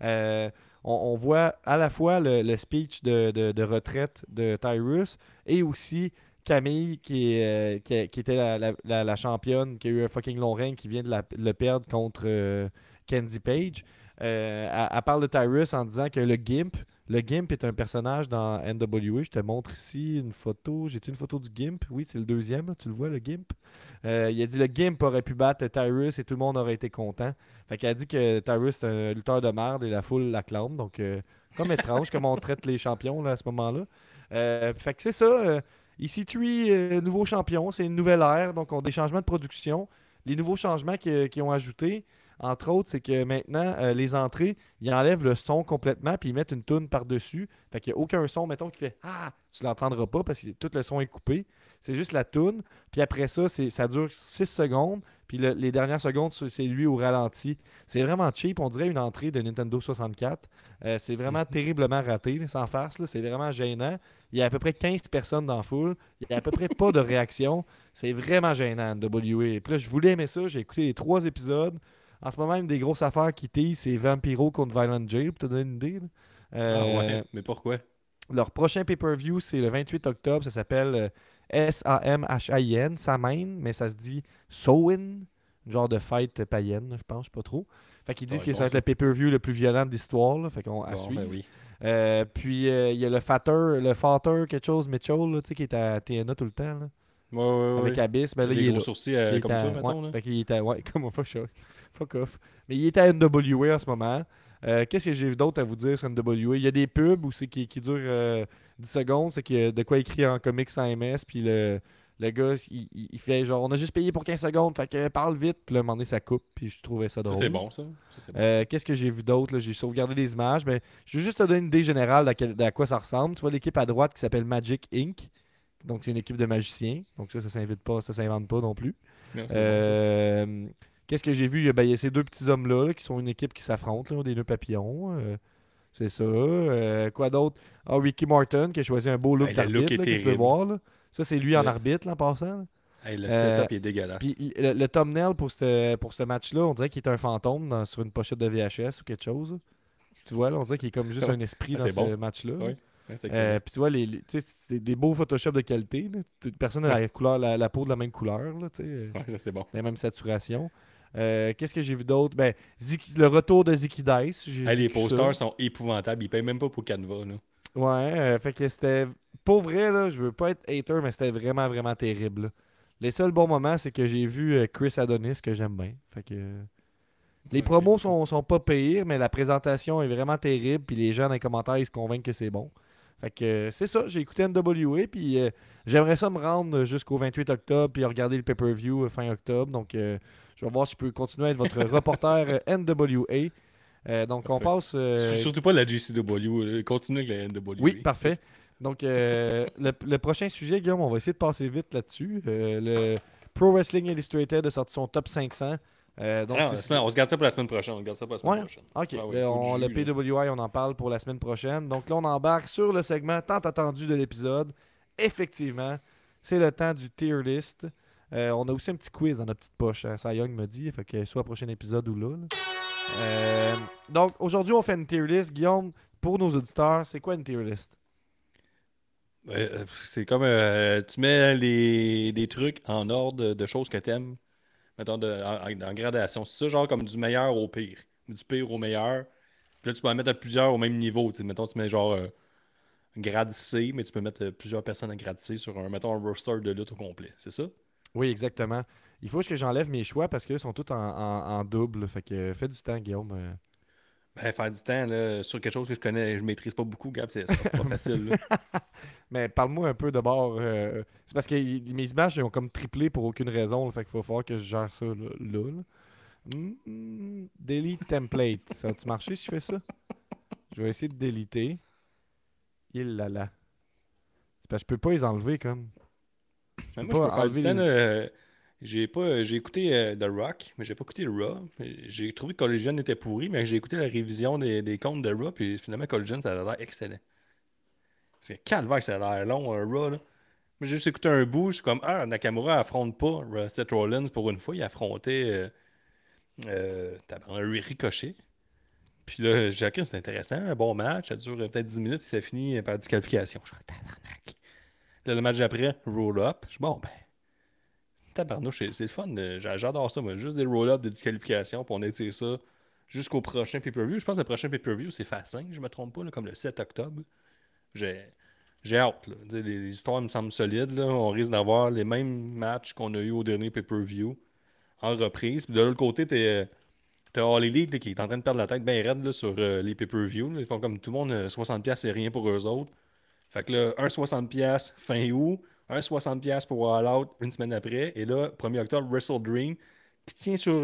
On voit à la fois le speech de retraite de Tyrus et aussi Camille qui était la championne, qui a eu un fucking long règne, qui vient de le perdre contre Kenzie Page. Elle parle de Tyrus en disant que le Gimp est un personnage dans NWA. Je te montre ici une photo. J'ai-tu une photo du Gimp? Oui, c'est le deuxième. Là, tu le vois, le Gimp. Il a dit le Gimp aurait pu battre Tyrus et tout le monde aurait été content. Fait qu'elle a dit que Tyrus est un lutteur de merde et la foule l'acclame. Donc, comme étrange comme on traite les champions là, à ce moment-là. Fait que c'est ça. EC3, nouveau champion. C'est une nouvelle ère. Donc, on a des changements de production. Les nouveaux changements qu'ils ont ajoutés, entre autres, c'est que maintenant, les entrées, ils enlèvent le son complètement puis ils mettent une toune par-dessus. Fait qu'il n'y a aucun son, mettons, qui fait « Ah! » Tu l'entendras pas parce que tout le son est coupé. C'est juste la toune. Puis après ça, ça dure 6 secondes. Puis les dernières secondes, c'est lui au ralenti. C'est vraiment cheap. On dirait une entrée de Nintendo 64. C'est vraiment terriblement raté, là, sans farce. Là. C'est vraiment gênant. Il y a à peu près 15 personnes dans la foule. Il n'y a à peu près pas de réaction. C'est vraiment gênant, WA. Puis là, je voulais aimer ça. J'ai écouté les 3 épisodes. En ce moment, une des grosses affaires qui tease, c'est Vampiro contre Violent J, pour te donner une idée. Là. Ah ouais, mais pourquoi? Leur prochain pay-per-view, c'est le 28 octobre. Ça s'appelle S-A-M-H-I-N, Samhain, mais ça se dit Samhain, genre de fête païenne, je pense, je sais pas trop. Fait qu'ils Ça va disent être que bon, ça va être ça. le pay-per-view le plus violent de l'histoire. Là. Fait qu'on à Bon, suivre. ben oui. Puis il y a le Fatter, quelque chose, Mitchell, là, tu sais, qui est à TNA tout le temps. Là. Ouais, ouais, Avec ouais. Abyss, ben là, Des il est gros là. sourcils Il est comme toi, à, mettons, ouais, là. fait qu'il est à, ouais, comme fuck off. Mais il est à NWA en ce moment. Qu'est-ce que j'ai d'autre à vous dire sur NWA? Il y a des pubs où c'est qui durent 10 secondes, c'est qu'il y a de quoi écrit en comics sans MS, puis le gars, il fait genre, on a juste payé pour 15 secondes, fait que parle vite, puis là, à un moment donné, ça coupe, puis je trouvais ça Ça, drôle. c'est bon, ça. Ça, c'est bon. Qu'est-ce que j'ai vu d'autre? Là? J'ai sauvegardé des images, mais je vais juste te donner une idée générale à quoi ça ressemble. Tu vois l'équipe à droite qui s'appelle Magic Inc. Donc, c'est une équipe de magiciens. Donc, ça s'invite pas, ça s'invente pas non plus. Non, c'est bon, ça. Qu'est-ce que j'ai vu? Il y a ces deux petits hommes-là là, qui sont une équipe qui s'affronte, là, des nœuds papillons. C'est ça. Quoi d'autre? Ah, Ricky Martin qui a choisi un beau look Hey, le look d'arbitre est là, que tu peux terrible. voir. Là. Ça, c'est lui en Le- arbitre là, en passant. Là. Hey, le Euh, setup est dégueulasse. Puis le thumbnail pour ce match-là, on dirait qu'il est un fantôme sur une pochette de VHS ou quelque chose. Là. Tu vois, là, on dirait qu'il est comme juste un esprit Ah, dans c'est ce bon. match-là. Oui, c'est excellent. Puis tu vois, tu sais, c'est des beaux Photoshop de qualité. Là. Personne n'a la peau de la même couleur, là, tu sais, Ouais, ça, c'est bon. la même saturation. Qu'est-ce que j'ai vu d'autre? Ben, le retour de Ziki Dice. J'ai Hey, les vécu ça. posters sont épouvantables. Ils payent même pas pour Canva, là. Ouais, fait que c'était. Pour vrai, là, je veux pas être hater, mais c'était vraiment, vraiment terrible. Là. Les seuls bons moments, c'est que j'ai vu Chris Adonis, que j'aime bien. Fait que. Les Ok. promos sont pas pires, mais la présentation est vraiment terrible. Puis les gens dans les commentaires, ils se convainquent que c'est bon. Fait que c'est ça, j'ai écouté NWA. Puis j'aimerais ça me rendre jusqu'au 28 octobre. Puis regarder le pay-per-view fin octobre. Donc je vais voir si je peux continuer à être votre reporter NWA. Donc on Parfait. passe. Surtout pas la GCW. Là. Continue avec la NWA. Oui, parfait. Donc, le prochain sujet, Guillaume, on va essayer de passer vite là-dessus. Le Pro Wrestling Illustrated a sorti son top 500. Donc Ah non, on se garde ça pour la semaine prochaine. On se garde ça pour la semaine Ouais, prochaine. ok. Ah ouais, faut Le du jus, là. PWI, on en parle pour la semaine prochaine. Donc là, on embarque sur le segment tant attendu de l'épisode. Effectivement, c'est le temps du tier list. On a aussi un petit quiz dans notre petite poche. Hein, Cy Young me dit. Fait que soit au prochain épisode ou là. Donc aujourd'hui, on fait une tier list. Guillaume, pour nos auditeurs, c'est quoi une tier list? C'est comme tu mets des trucs en ordre de choses que t'aimes, mettons en gradation. C'est ça, genre comme du meilleur au pire, ou du pire au meilleur. Puis là, tu peux en mettre à plusieurs au même niveau. Tu sais, mettons, tu mets genre grade C, mais tu peux mettre plusieurs personnes en grade C sur mettons, un roster de lutte au complet. C'est ça? Oui, exactement. Il faut que j'enlève mes choix parce qu'ils sont tous en double. Fait que fais du temps, Guillaume. Ben, faire du temps là, sur quelque chose que je connais, je maîtrise pas beaucoup, Gab, c'est pas facile. Là. Mais parle-moi un peu d'abord. C'est parce que mes images ils ont comme triplé pour aucune raison. Là, fait qu'il faut falloir que je gère ça là. Delete template. Ça va-tu marcher si je fais ça? Je vais essayer de déliter. Il là là. C'est parce que je peux pas les enlever comme. Mais peux moi, je pas peux faire du enlever temps. les- Là, j'ai écouté The Rock, mais j'ai pas écouté Raw. J'ai trouvé que Collision était pourri, mais j'ai écouté la révision des comptes de Raw, puis finalement, Collision, ça a l'air excellent. C'est calvaire que ça a l'air long, un Raw. Là. Moi, j'ai juste écouté un bout, je suis comme, ah, Nakamura affronte pas Seth Rollins pour une fois, il affrontait un Ricochet. Puis là, j'ai dit, ok, c'est intéressant, un bon match, ça dure peut-être 10 minutes et ça finit par disqualification. Je suis en tabarnak. Là, le match d'après, roll-up. Je suis bon, ben, tabarnouche, c'est le fun. J'adore ça, moi. Juste des roll-up de disqualification, puis on étire ça jusqu'au prochain pay-per-view. Je pense que le prochain pay-per-view, c'est facile, je me trompe pas, là, comme le 7 octobre. J'ai j'ai hâte. Là. Les histoires me semblent solides. Là. On risque d'avoir les mêmes matchs qu'on a eu au dernier pay-per-view en reprise. Puis de l'autre côté, t'as All Elite là, qui est en train de perdre la tête bien raide là, sur les pay-per-view. Là. Ils font comme tout le monde, 60$, c'est rien pour eux autres. Fait que là, un 60$ fin août, un 60$ pour All Out une semaine après. Et là, 1er octobre, Wrestle Dream, qui tient sur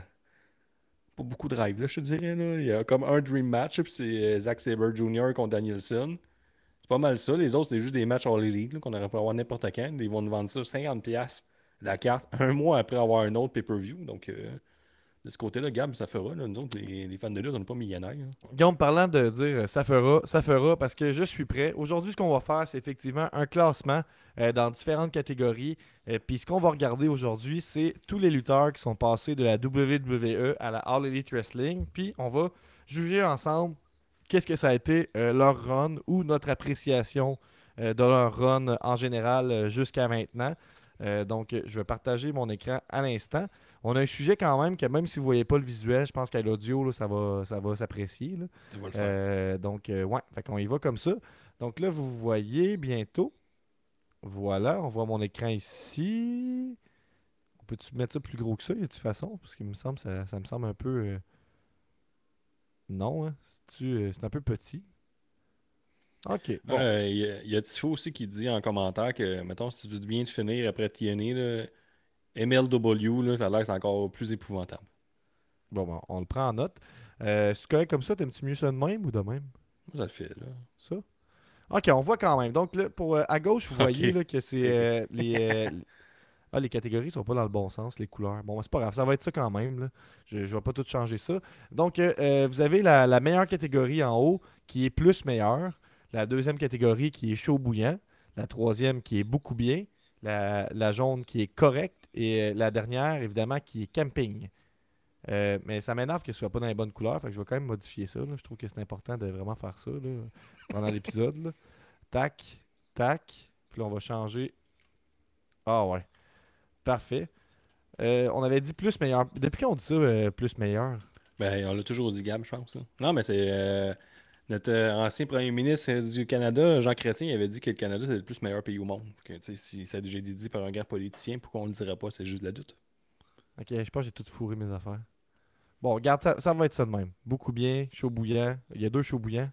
pas beaucoup de drive, là, je te dirais. Là. Il y a comme un Dream match, puis c'est Zack Sabre Jr. contre Danielson. C'est pas mal ça. Les autres, c'est juste des matchs All Elite là, qu'on aurait pu avoir n'importe quand. Ils vont nous vendre ça 50$ la carte un mois après avoir un autre pay-per-view. Donc, De ce côté-là, Gab, ça fera. Là. Nous autres, les fans de lutte, on n'est pas millionnaires. Hein. Guillaume, parlant de dire ça fera parce que je suis prêt. Aujourd'hui, ce qu'on va faire, c'est effectivement un classement dans différentes catégories. Puis ce qu'on va regarder aujourd'hui, c'est tous les lutteurs qui sont passés de la WWE à la All Elite Wrestling. Puis on va juger ensemble qu'est-ce que ça a été leur run ou notre appréciation de leur run en général jusqu'à maintenant. Donc, je vais partager mon écran à l'instant. On a un sujet quand même que même si vous ne voyez pas le visuel, je pense qu'à l'audio, là, ça va s'apprécier. Là. Ça va le faire. Donc, ouais, fait qu'on y va comme ça. Donc là, vous voyez bientôt. Voilà, on voit mon écran ici. On peut-tu mettre ça plus gros que ça, de toute façon? Parce qu'il me semble, ça me semble un peu... Non, hein? C'est un peu petit. OK, bon. Il y a Tifo aussi qui dit en commentaire que, mettons, si tu viens de finir après TNA, là, MLW, là, ça a l'air que c'est encore plus épouvantable. Bon, on le prend en note. C'est correct comme ça? T'aimes-tu mieux ça de même ou de même? Moi, ça le fait, là. Ça? OK, on voit quand même. Donc, là, à gauche, vous voyez Ok. là, que c'est les catégories sont pas dans le bon sens, les couleurs. Bon, c'est pas grave, ça va être ça quand même. Là. Je vais pas tout changer ça. Donc, vous avez la meilleure catégorie en haut qui est plus meilleure. La deuxième catégorie qui est chaud bouillant. La troisième qui est beaucoup bien. La jaune qui est correcte. Et la dernière, évidemment, qui est camping. Mais ça m'énerve que ce soit pas dans les bonnes couleurs. Fait que je vais quand même modifier ça. Là. Je trouve que c'est important de vraiment faire ça là, pendant l'épisode. Là. Tac, tac. Puis là, on va changer. Ah ouais. Parfait. On avait dit plus meilleur. Depuis quand on dit ça, plus meilleur? Ben, on l'a toujours dit, Gab, je pense. Hein. Non, mais c'est notre ancien premier ministre du Canada, Jean Chrétien, il avait dit que le Canada, c'est le plus meilleur pays au monde. Que, si ça a déjà été dit par un grand politicien, pourquoi on le dirait pas? C'est juste de la doute. Ok, je pense que j'ai tout fourré mes affaires. Bon, regarde, ça va être ça de même. Beaucoup bien, chaud bouillant. Il y a deux chauds bouillants.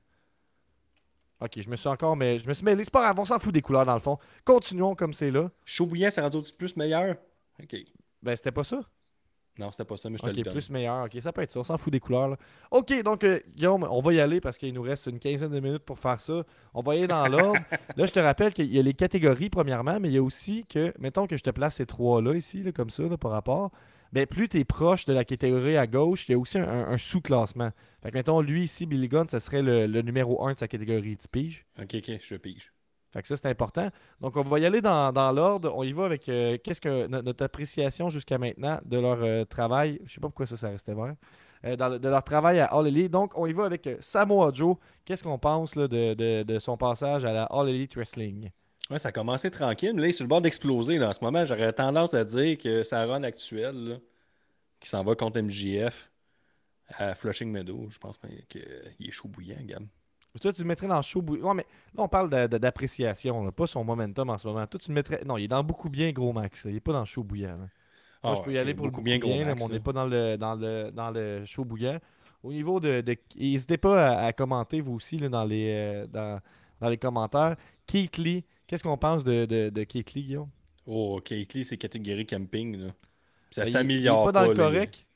Ok, je me suis encore, mais je me suis mêlé. C'est pas grave, on s'en fout des couleurs dans le fond. Continuons comme c'est là. Chaud bouillant, c'est rendu au-dessus de plus meilleur? OK. Ben, c'était pas ça? Non, c'était pas ça, mais je te le Ok, donne. plus meilleur. Ok, ça peut être ça. On s'en fout des couleurs. Là. Ok, donc, Guillaume, on va y aller parce qu'il nous reste une quinzaine de minutes pour faire ça. On va y aller dans l'ordre. Là, je te rappelle qu'il y a les catégories, premièrement, mais il y a aussi que, mettons que je te place ces trois-là ici, là, comme ça, là, par rapport. Ben, plus tu es proche de la catégorie à gauche, il y a aussi un sous-classement. Fait que, mettons, lui ici, Billy Gunn, ça serait le numéro 1 de sa catégorie. Tu piges? OK, je pige. Fait que ça, c'est important. Donc, on va y aller dans l'ordre. On y va avec qu'est-ce que notre appréciation jusqu'à maintenant de leur travail. Je sais pas pourquoi ça restait vert. De leur travail à All Elite. Donc, on y va avec Samoa Joe. Qu'est-ce qu'on pense là, de son passage à la All Elite Wrestling? Ouais, ça a commencé tranquille, mais là, il est sur le bord d'exploser. Là. En ce moment, j'aurais tendance à dire que sa run actuelle, là, qui s'en va contre MJF à Flushing Meadow, je pense qu'il est chaud bouillant, Gab. Toi, tu le mettrais dans le show. Ouais, mais là, on parle d'appréciation, là, pas son momentum en ce moment. Toi, tu le mettrais. Non, il est dans beaucoup bien, gros max. Là. Il est pas dans le show bouillant. Là. Moi, je peux y aller pour le beaucoup bien, gros là, max, mais on n'est là. pas dans le show bouillant. Au niveau n'hésitez pas à commenter, vous aussi, là, dans les commentaires. Keith Lee, qu'est-ce qu'on pense de Keith Lee, Guillaume? Oh, Keith Lee, c'est catégorie camping. Là. Ça Ben, il est s'améliore pas dans le là. correct.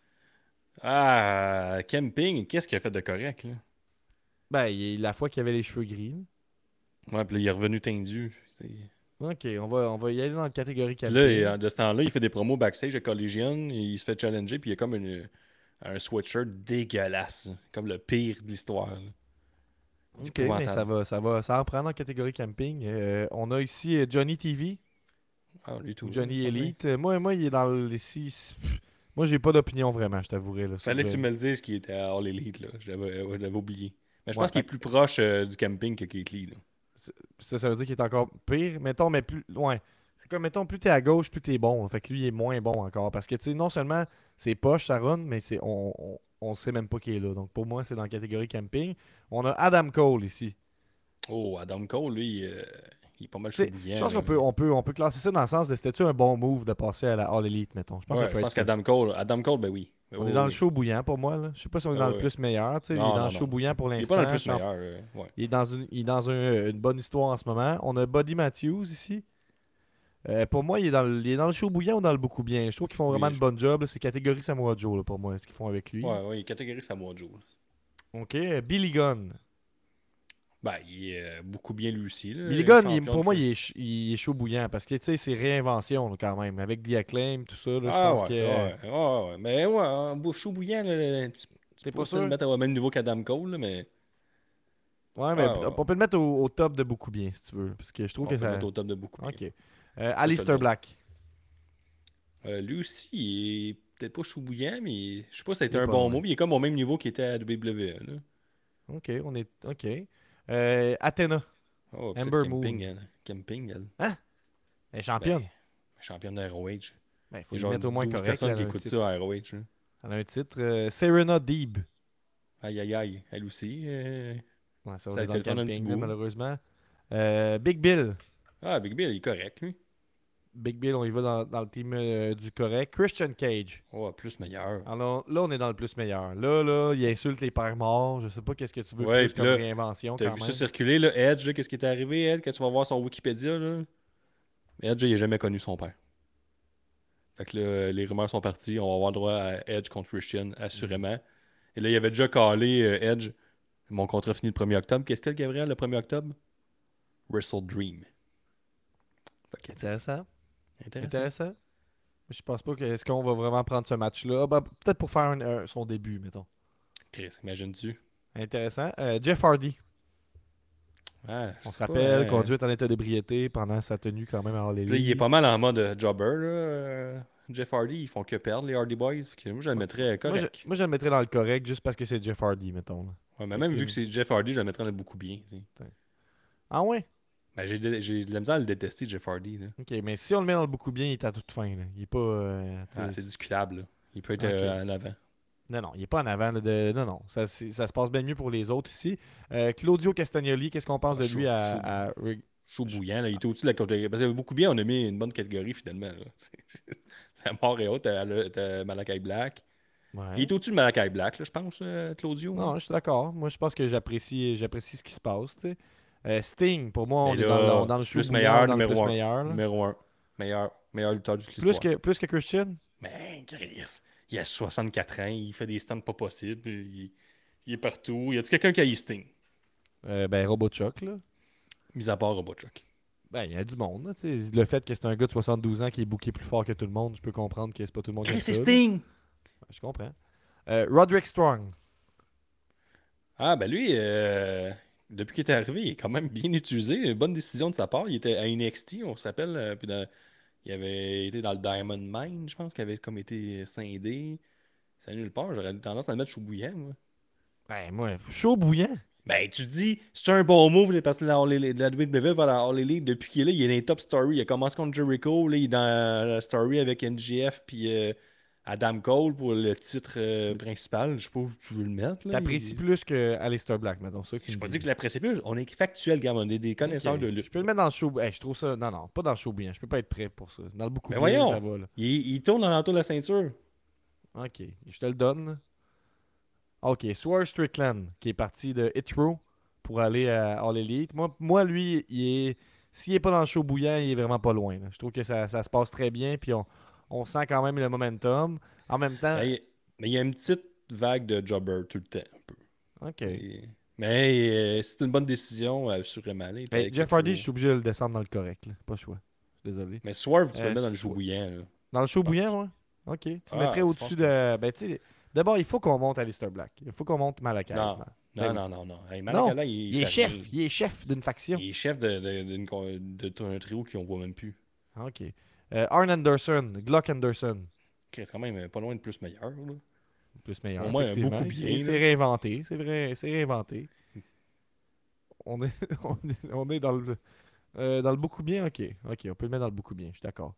Ah, camping, qu'est-ce qu'il a fait de correct, là? Ben, la fois qu'il avait les cheveux gris. Ouais, puis là, il est revenu tendu. Ok, on va y aller dans la catégorie Puis camping. là, de ce temps-là, il fait des promos backstage à Collision, il se fait challenger, puis il y a comme un sweatshirt dégueulasse, comme le pire de l'histoire. Là. C'est Ok, mais ça en prend dans la catégorie camping. On a ici Johnny TV. Ah, lui tout. Johnny Pas bien. Elite. Moi, il est dans les 6. Moi, j'ai pas d'opinion vraiment, je t'avouerai. Là, Fallait que tu me le dises qu'il était à All Elite, là. Je l'avais oublié. Mais je Ouais, pense qu'il est plus proche du camping que Keith Lee, là. ça veut dire qu'il est encore pire. Mettons, mais plus. Ouais. C'est comme, mettons, plus t'es à gauche, plus t'es bon. Fait que lui, il est moins bon encore. Parce que, tu sais, non seulement c'est poche, ça run, mais on sait même pas qui est là. Donc, pour moi, c'est dans la catégorie camping. On a Adam Cole ici. Oh, Adam Cole, lui, il est pas mal Tu sais, chaud bouillant. je pense là. on peut classer ça dans le sens de c'était-tu un bon move de passer à la All Elite, mettons. Je pense que ça Ouais, peut je être pense ça. Adam Cole, ben oui. Ben On oui, est dans le oui. chaud bouillant pour moi. Là. Je sais pas si on est dans le Ouais. plus meilleur. Tu sais, il est Non, dans non, le chaud non. bouillant pour Il est l'instant. pas dans le plus Champ- meilleur. Ouais. Il est dans une bonne histoire en ce moment. On a Buddy Matthews ici. Pour moi, il est dans le chaud bouillant ou dans le beaucoup bien. Je trouve qu'ils font vraiment Oui, une bonne job. Là. C'est catégorie Samoa Joe là, pour moi, ce qu'ils font avec lui. Ouais, il est catégorie Samoa Joe. OK. Billy Gunn. Ben, il est beaucoup bien lui aussi. Là, Milligan, champion pour de moi, feu. il est chaud bouillant parce que tu sais, c'est réinvention là, quand même. Avec The Acclaim, tout ça, là, je Ah pense ouais, que. ouais, ouais, ouais. Mais ouais, un beau chaud bouillant, là, tu T'es pas peux se le sûr? mettre au même niveau qu'Adam Cole, là, mais Ouais, mais ah, ouais, on peut le mettre au top de beaucoup bien si tu veux. Parce que je trouve on que peut le ça. mettre au top de beaucoup bien. Ok. Ça, je te le Alistair donne. Black. Lui aussi, il est peut-être pas chou bouillant, mais je sais pas si ça a Il été est un pas bon loin. mot, mais il est comme au même niveau qu'il était à WWE. Là. Ok, on est. Ok. Athena. Oh, peut-être Ember Moon. Camping, elle. Camping, elle. Hein? Elle est Ben, championne. championne de ROH. Ben, il Il faut y a lui genre mettre au moins 12 correct. Là, personnes elle qui a un écoutent titre. ça à ROH. Là. Elle a un titre. Serena Deeb. Aïe, aïe, aïe. Elle aussi. Ouais, ça, on Ça a est dans été le le fun un petit camping, là, bout. malheureusement. Big Bill. Ah, Big Bill, il est correct, lui. Big Bill, on y va dans le team du correct. Christian Cage. Oh, plus meilleur. Alors là, on est dans le plus meilleur. Là, il insulte les pères morts. Je sais pas qu'est-ce que tu veux de Ouais, plus puis comme là, réinvention t'as quand vu ça même. circuler, là, Edge, là, qu'est-ce qui est arrivé, Edge, quand tu vas voir son Wikipédia, là? Edge, il a jamais connu son père. Fait que là, les rumeurs sont parties, on va avoir le droit à Edge contre Christian, assurément. Et là, il avait déjà callé Edge. Mon contrat finit le 1er octobre. Qu'est-ce que le Gabriel, le 1er octobre? Wrestle Dream. Fait que, tu sais, Intéressant. intéressant. Intéressant. Je pense pas que. Est-ce qu'on va vraiment prendre ce match-là? Ah, ben, peut-être pour faire son début, mettons. Chris, imagines-tu? Intéressant. Jeff Hardy. Ah, je On se sais pas. rappelle, conduite en état d'ébriété pendant sa tenue quand même à All Puis là, il est Elite. pas mal en mode jobber, là. Jeff Hardy, ils font que perdre, les Hardy Boys. Fait que moi, je le Ouais. mettrais correct. Moi, je le mettrais dans le correct juste parce que c'est Jeff Hardy, mettons. Là. Ouais, mais Fait même que, vu que c'est Jeff Hardy, je le mettrais dans beaucoup bien. Tu sais. ah ouais? Ben, j'ai de la misère à le détester, Jeff Hardy. Là. Ok, mais si on le met dans le beaucoup bien, il est à toute fin. Là. Il est pas. Ah, c'est discutable. Là. Il peut être Ok. en avant. Non, non, il est pas en avant. Là, non, non. Ça se passe bien mieux pour les autres ici. Claudio Castagnoli, qu'est-ce qu'on pense Ah, de lui chaud, chaud bouillant. Là. Il était au-dessus de la catégorie. Parce que beaucoup bien, on a mis une bonne catégorie finalement. Là. La mort est haute, t'as Malakai Black. Il Ouais. est au-dessus de Malakai Black, là, je pense, Claudio. Non, Hein. je suis d'accord. Moi, je pense que j'apprécie ce qui se passe. Tu sais. Sting, pour moi, Mais on est dans là, dans le show plus bouillant, meilleur, dans le plus numéro un. meilleur. Là. Numéro un. Meilleur lutteur de toute l'histoire. Plus que Christian? Mais Chris, il a 64 ans, il fait des stands pas possibles, il est partout. Y a-tu quelqu'un qui a Sting? Ben, Robotchuck, là. Mis à part Robotchuck. Ben, il y a du monde. Là, tu sais. Le fait que c'est un gars de 72 ans qui est booké plus fort que tout le monde, je peux comprendre que c'est pas tout le monde qui aime Chris, c'est ça. Là. Sting! Ouais, je comprends. Roderick Strong. Ah, ben lui, depuis qu'il est arrivé, il est quand même bien utilisé. Une bonne décision de sa part. Il était à NXT, on se rappelle. Il avait été dans le Diamond Mine, je pense, qu'il avait comme été scindé. C'est nulle part. J'aurais tendance à le mettre sous bouillant, moi. Ben, moi, chaud bouillant. Ben, tu dis, c'est un bon move, il est parti de la WWE vers la All Elite. Depuis qu'il est là, il est dans les top stories. Il a commencé contre Jericho, là, il est dans la story avec NGF puis Adam Cole pour le titre principal. Je sais pas où tu veux le mettre. Là. T'apprécies plus que Aleister Black, mettons ça. Que tu Je me pas dis. dit que je l'appréciais plus. On est factuel, gars. On est des connaisseurs Ok. de lutte. Je peux le mettre dans le show. Je trouve ça. Non, non, pas dans le show bouillant. Je peux pas être prêt pour ça. Dans le beaucoup Mais bien, voyons, ça va. Là. il tourne dans l'entour de la ceinture. Ok, je te le donne. Ok, Swerve Strickland, qui est parti de Hitro pour aller à All Elite. Moi lui, s'il est pas dans le show bouillant, il est vraiment pas loin. Là. Je trouve que ça se passe très bien, puis on sent quand même le momentum. En même temps, Mais il y a une petite vague de jobber tout le temps. Un peu. ok. Mais c'est une bonne décision, assurément. Là, il était Hey, avec Jeff Hitro. Hardy, je suis obligé de le descendre dans le correct. Là. Pas le choix. Désolé. Mais Swerve, tu peux le mettre dans le Swerve. show bouillant. Là. Dans le show pense. bouillant, moi? Ok. Tu Ah, mettrais je au-dessus pense de. Ben, tu sais, d'abord, il faut qu'on monte Alistair Black. Il faut qu'on monte Malakai. Non. Ben Non. Hey, Non, Malakala, il est chef. Il est chef d'une faction. Il est chef d'un trio qu'on voit même plus. Ok. Arn Anderson, Glock Anderson. C'est quand même pas loin de plus meilleur. Là. Plus meilleur. Au moins, effectivement. beaucoup bien, C'est là. réinventé. C'est vrai, c'est réinventé. On est, on est dans le beaucoup bien. Ok, on peut le mettre dans le beaucoup bien. Je suis d'accord.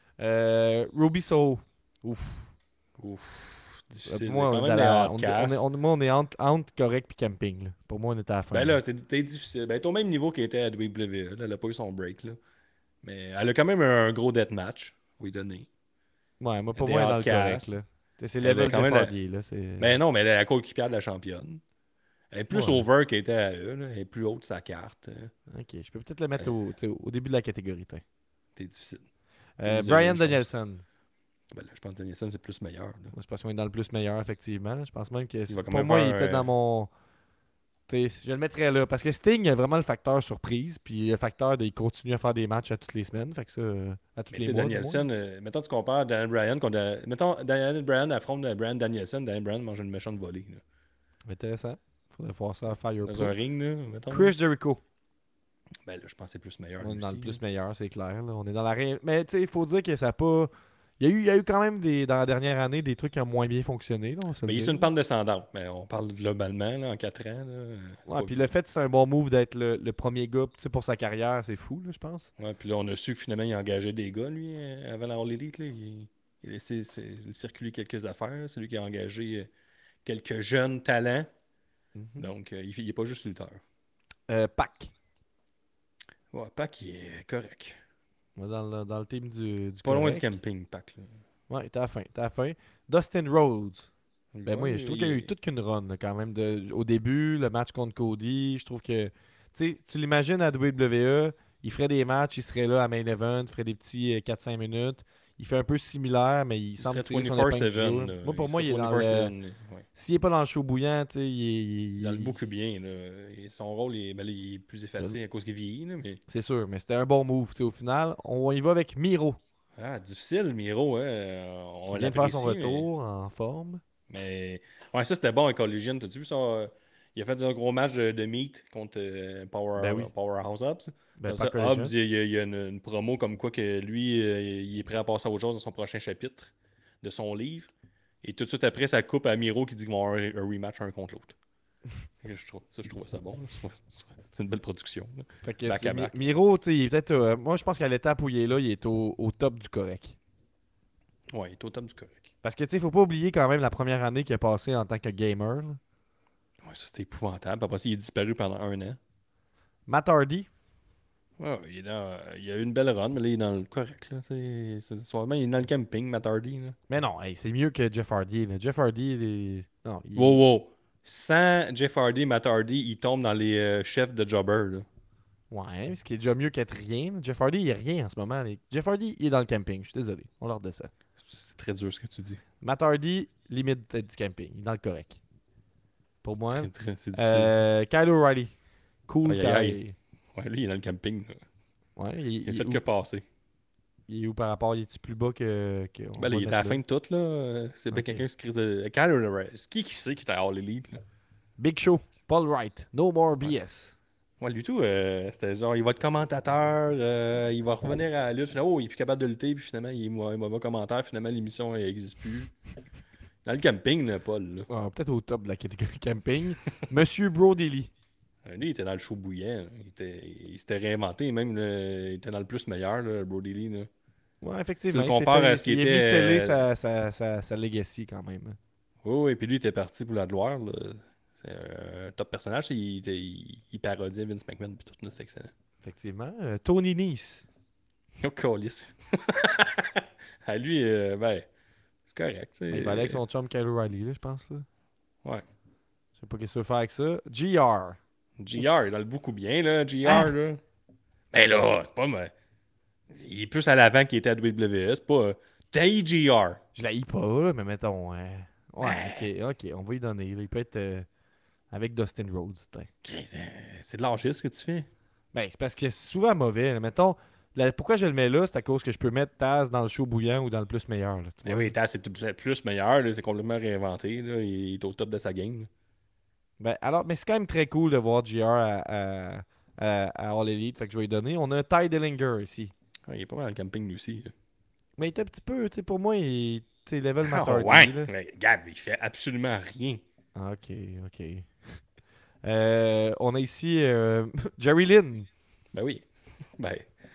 Ruby Soho. Ouf. Ouf, difficile. Moi, Quand on est, même, dans la- les Outcasts. moi, on est entre correct puis camping. Là. Pour moi, on est à la fin. Ben là, t'es difficile. Ben, t'es au même niveau qu'elle était à WWE. Là, elle a pas eu son break. Là. Mais elle a quand même un gros deathmatch. Oui, donné. Ouais, moi, pour Des moi, elle est dans le correct. Outcasts. Là. C'est Elle level a quand Jeff même Hardy. Là. Ben non, mais elle est la coéquipière de la championne. Elle est plus Ouais. over qu'elle était à eux. Là. Elle est plus haute sa carte. Ok, je peux peut-être le mettre au début de la catégorie. T'es difficile. Brian misogyne, je pense. Danielson. Ben là, je pense que Danielson, c'est plus meilleur. Là. Moi, je pense qu'on est dans le plus meilleur, effectivement. là. Je pense même que va quand pour même moi, il faire était dans mon. Je le mettrais là. Parce que Sting a vraiment le facteur surprise. Puis le facteur de il continue à faire des matchs à toutes les semaines. Fait que ça, à tous Mais les tu sais, mois. du moins. Danielson, mettons, tu compares Daniel Bryan contre. Mettons, Daniel Bryan affronte Bryan Danielson. Daniel Bryan mange une méchante volée. Là. Intéressant. Faudrait voir ça à Fire Dans Pro. un ring, là, mettons. Chris Jericho. Ben là, je pense que c'est plus meilleur. On est lui dans aussi, le plus là. meilleur, c'est clair. Là. On est dans la Mais tu sais, il faut dire que ça n'a pas. Il y a eu quand même dans la dernière année des trucs qui ont moins bien fonctionné. Là, on se le Mais il est dit. sur une pente descendante. Mais on parle globalement, là, en 4 ans. Là, c'est Ouais, pas puis vu. le fait que c'est un bon move d'être le premier gars pour sa carrière, c'est fou, là, je pense. Ouais, puis là, on a su que finalement, il engageait des gars, lui, avant la All Elite. Là. Il a laissé circuler quelques affaires. C'est lui qui a engagé quelques jeunes talents. Donc, il n'est pas juste lutteur. Pac. Ouais, Pac, il est correct. Dans le team du Pas loin du correct. camping, Pac. Là. Ouais, t'as la fin. Dustin Rhodes. Ben moi, Ouais, je trouve qu'il y a eu toute qu'une run là, quand même. Au début, le match contre Cody, je trouve que... Tu sais, tu l'imagines à WWE, il ferait des matchs, il serait là à main event, il ferait des petits 4-5 minutes. Il fait un peu similaire, mais il Il semble serait tirer son épingle du 24/7. jeu. là. Moi, pour moi, il est serait dans le... 24/7, ouais. S'il est pas dans le show bouillant, tu sais, il Dans le beaucoup bien. Là. Et son rôle, ben là, il est plus effacé à cause qu'il vieillit. Là, mais... C'est sûr, mais c'était un bon move. Tu sais, au final, on y va avec Miro. Ah, difficile, Miro. Hein. Qui On vient de faire son l'apprécie, retour en forme. mais... Ouais, ça, c'était bon à Collision. T'as-tu vu ça? Il a fait un gros match de meet contre Ben oui. Powerhouse Hobbs. Ben, Comme pas ça, Collision. Hobbs, il y a une promo comme quoi que lui, il est prêt à passer à autre chose dans son prochain chapitre de son livre. Et tout de suite après, ça coupe à Miro qui dit qu'ils vont avoir un rematch un contre l'autre. Je trouvais ça bon. C'est une belle production. Là. Fait que, Back à back. Miro, tu sais, il est peut-être. Moi, je pense qu'à l'étape où il est là, il est au top du correct. Ouais, il est au top du correct. Parce que, tu sais, faut pas oublier quand même la première année qu'il a passé en tant que gamer. là. Ouais, ça c'était épouvantable. Après ça, il est disparu pendant 1 an. Matt Hardy. Ouais, il a eu une belle run, mais là, il est dans le correct. Là. Sûrement, il est dans le camping, Matt Hardy. Là. Mais non, hey, c'est mieux que Jeff Hardy. là. Jeff Hardy, non, Wow. Sans Jeff Hardy, Matt Hardy, il tombe dans les chefs de jobber. Là. Ouais, ce qui est déjà mieux qu'être rien. Jeff Hardy, il est rien en ce moment. Jeff Hardy, il est dans le camping. Je suis désolé. On leur redescend. C'est très dur ce que tu dis. Matt Hardy, limite du camping. Il est dans le correct. Pour moi. C'est difficile. Kyle O'Reilly. Cool Aïe, Kyle. aïe, aïe. Ouais, lui, il est dans le camping. Là. Ouais, Il a fait que passer. il est où par rapport? Il est-tu plus bas que on Ben, là, va il était à la mettre fin là? de tout. Là. C'est bien Ok. quelqu'un qui se crise de. Kyle O'Reilly. Qui sait qui était à All Elite? Là? Big Show. Paul Wright. No more BS. Ouais, lui tout, c'était genre, il va être commentateur, il va revenir à la lutte. Finalement, oh, il est plus capable de lutter, puis finalement, il est mauvais commentaire. Finalement, l'émission n'existe plus. Dans le camping, là, Paul. Là. Ah, peut-être au top de la catégorie camping. Monsieur Brody Lee. Lui, il était dans le show bouillant. Il s'était réinventé, même, là, il était dans le plus meilleur, là, Brody Lee. Là. Ouais, effectivement. Si tu le compares à ce qu'il il est était, venu sceller sa legacy quand même. Oui, puis lui, il était parti pour la gloire. Là. C'est un top personnage. Il parodiait Vince McMahon, puis tout, là, c'est excellent. Effectivement. Tony Nese. Oh, câlisse. À lui, ben, c'est correct. Il va aller avec son chum Kyle O'Reilly, là, je pense. Là. Ouais. Je sais pas qu'est-ce qu'il veut faire avec ça. GR. JR, il est dans le beaucoup bien, là, JR, là. Ben là, c'est pas... Il est plus à l'avant qu'il était à WWE, c'est pas... T'as JR. Je la pas, là, mais mettons. Ouais, ok, on va y donner. Là. Il peut être avec Dustin Rhodes. C'est de l'argile, ce que tu fais. Ben, c'est parce que c'est souvent mauvais. Là. Mettons, pourquoi je le mets là, c'est à cause que je peux mettre Taz dans le show bouillant ou dans le plus meilleur. Là, tu Ben vois. oui, Taz, c'est plus meilleur, là, c'est complètement réinventé, là, il est au top de sa game. Là. Ben, alors, mais c'est quand même très cool de voir JR à All Elite, fait que je vais lui donner. On a Ty Dillinger ici. Ouais, il est pas mal dans le camping, lui aussi. Là. Mais il est un petit peu, tu sais, pour moi, il est level Ah, Matt Hardy, ouais, là. mais Gab, il fait absolument rien. Ah, ok. On a ici Jerry Lynn. Ben oui. Ben,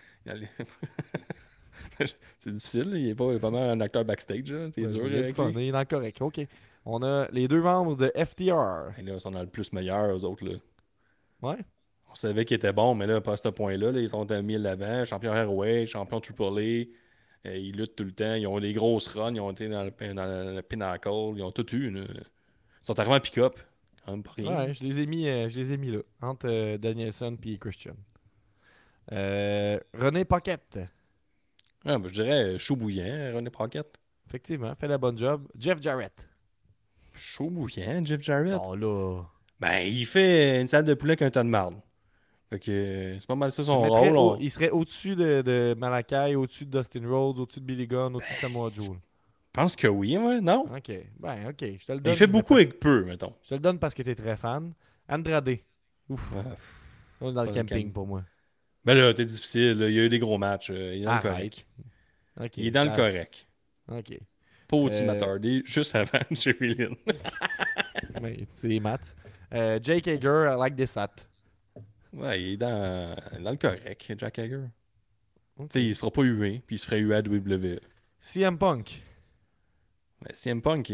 c'est difficile, là, il est pas mal un acteur backstage, là. C'est dur Il a du avec fun, lui. il est dans le correct. Ok. On a les deux membres de FTR. Et là, ils sont dans le plus meilleur, eux autres, là. Ouais. On savait qu'ils étaient bons, mais là, pas à ce point-là, là, ils sont mis à l'avant. Champion Airway, champion Triple A. Ils luttent tout le temps. Ils ont des grosses runs. Ils ont été dans le Pinnacle. Ils ont tout eu. Là. Ils sont arrivés en pick-up. Quand même pas rien. Ouais, je les ai mis là, entre Danielson et Christian. René Paquette. Ah, ben, je dirais chaud bouillant, René Paquette. Effectivement, fait la bonne job. Jeff Jarrett. Chaud bouillant, Jeff Jarrett. Oh là. Ben, il fait une salle de poulet qu'un tas de marde. Fait que c'est pas mal ça Tu le son mettrais rôle. il serait au-dessus de Malakai, au-dessus de Dustin Rhodes, au-dessus de Billy Gunn, au-dessus de Samoa Joe. Je pense que oui, ouais, non? OK. Ben, OK. Je te le Il donne. fait Mais beaucoup parce... avec peu, mettons. Je te le donne parce que t'es très fan. Andrade. Ouf. Ouais, On est dans le pas dans le camping cam- pour moi. Ben là, t'es difficile. Là. Il y a eu des gros matchs. Il est dans le Arrête. correct. OK. Il est dans le correct. OK. Pas au-dessus de Euh, Matt Hardy, juste avant Jerry Lynn. Mais c'est les maths. Jake Hager, I like this hat. Ouais, il est dans le correct, Jack Hager. OK. Tu sais, il se fera pas huer, puis il se ferait huer à WWE. CM Punk. Mais CM Punk,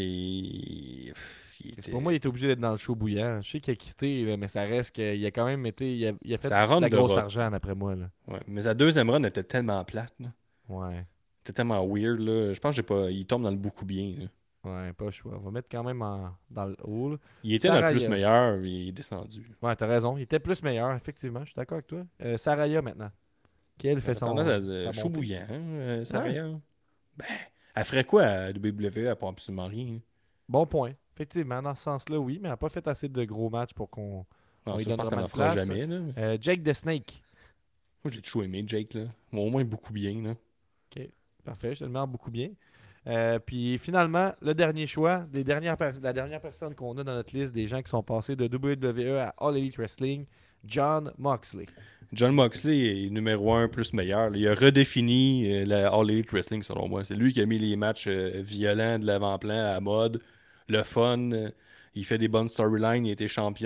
il était... Pour moi, il était obligé d'être dans le show bouillant. Je sais qu'il a quitté, là, mais ça reste qu'il a quand même été. Il a fait Sa run de la de grosse rock. argent, d'après moi. Là. Ouais, mais sa deuxième run était tellement plate. Là. Ouais. C'était tellement weird. Là. Je pense que j'ai pas... il tombe dans le beaucoup bien. Là. Ouais, pas le choix. On va mettre quand même dans le haut. Là. Il était dans le Saraya. plus meilleur, mais il est descendu. Ouais, t'as raison. Il était plus meilleur, effectivement. Je suis d'accord avec toi. Saraya maintenant. Qui elle fait Elle a tendance à sa chaud montée. bouillant, Saraya. Ben, elle ferait quoi à WWE? Elle prend absolument rien. Bon point. Effectivement, dans ce sens-là, oui, mais elle n'a pas fait assez de gros matchs pour qu'on Non, lui ça, je donne pense qu'elle vraiment n'en de fera place. jamais. Là. Jake the Snake. Moi, j'ai toujours aimé Jake. Là. Bon, au moins, beaucoup bien. Là. OK. Parfait, je te le mets en beaucoup bien. Puis finalement, le dernier choix, la dernière personne qu'on a dans notre liste des gens qui sont passés de WWE à All Elite Wrestling, John Moxley. John Moxley est numéro 1 plus meilleur. Là. Il a redéfini la All Elite Wrestling, selon moi. C'est lui qui a mis les matchs violents de l'avant-plan à la mode, le fun. Il fait des bonnes storylines. Il était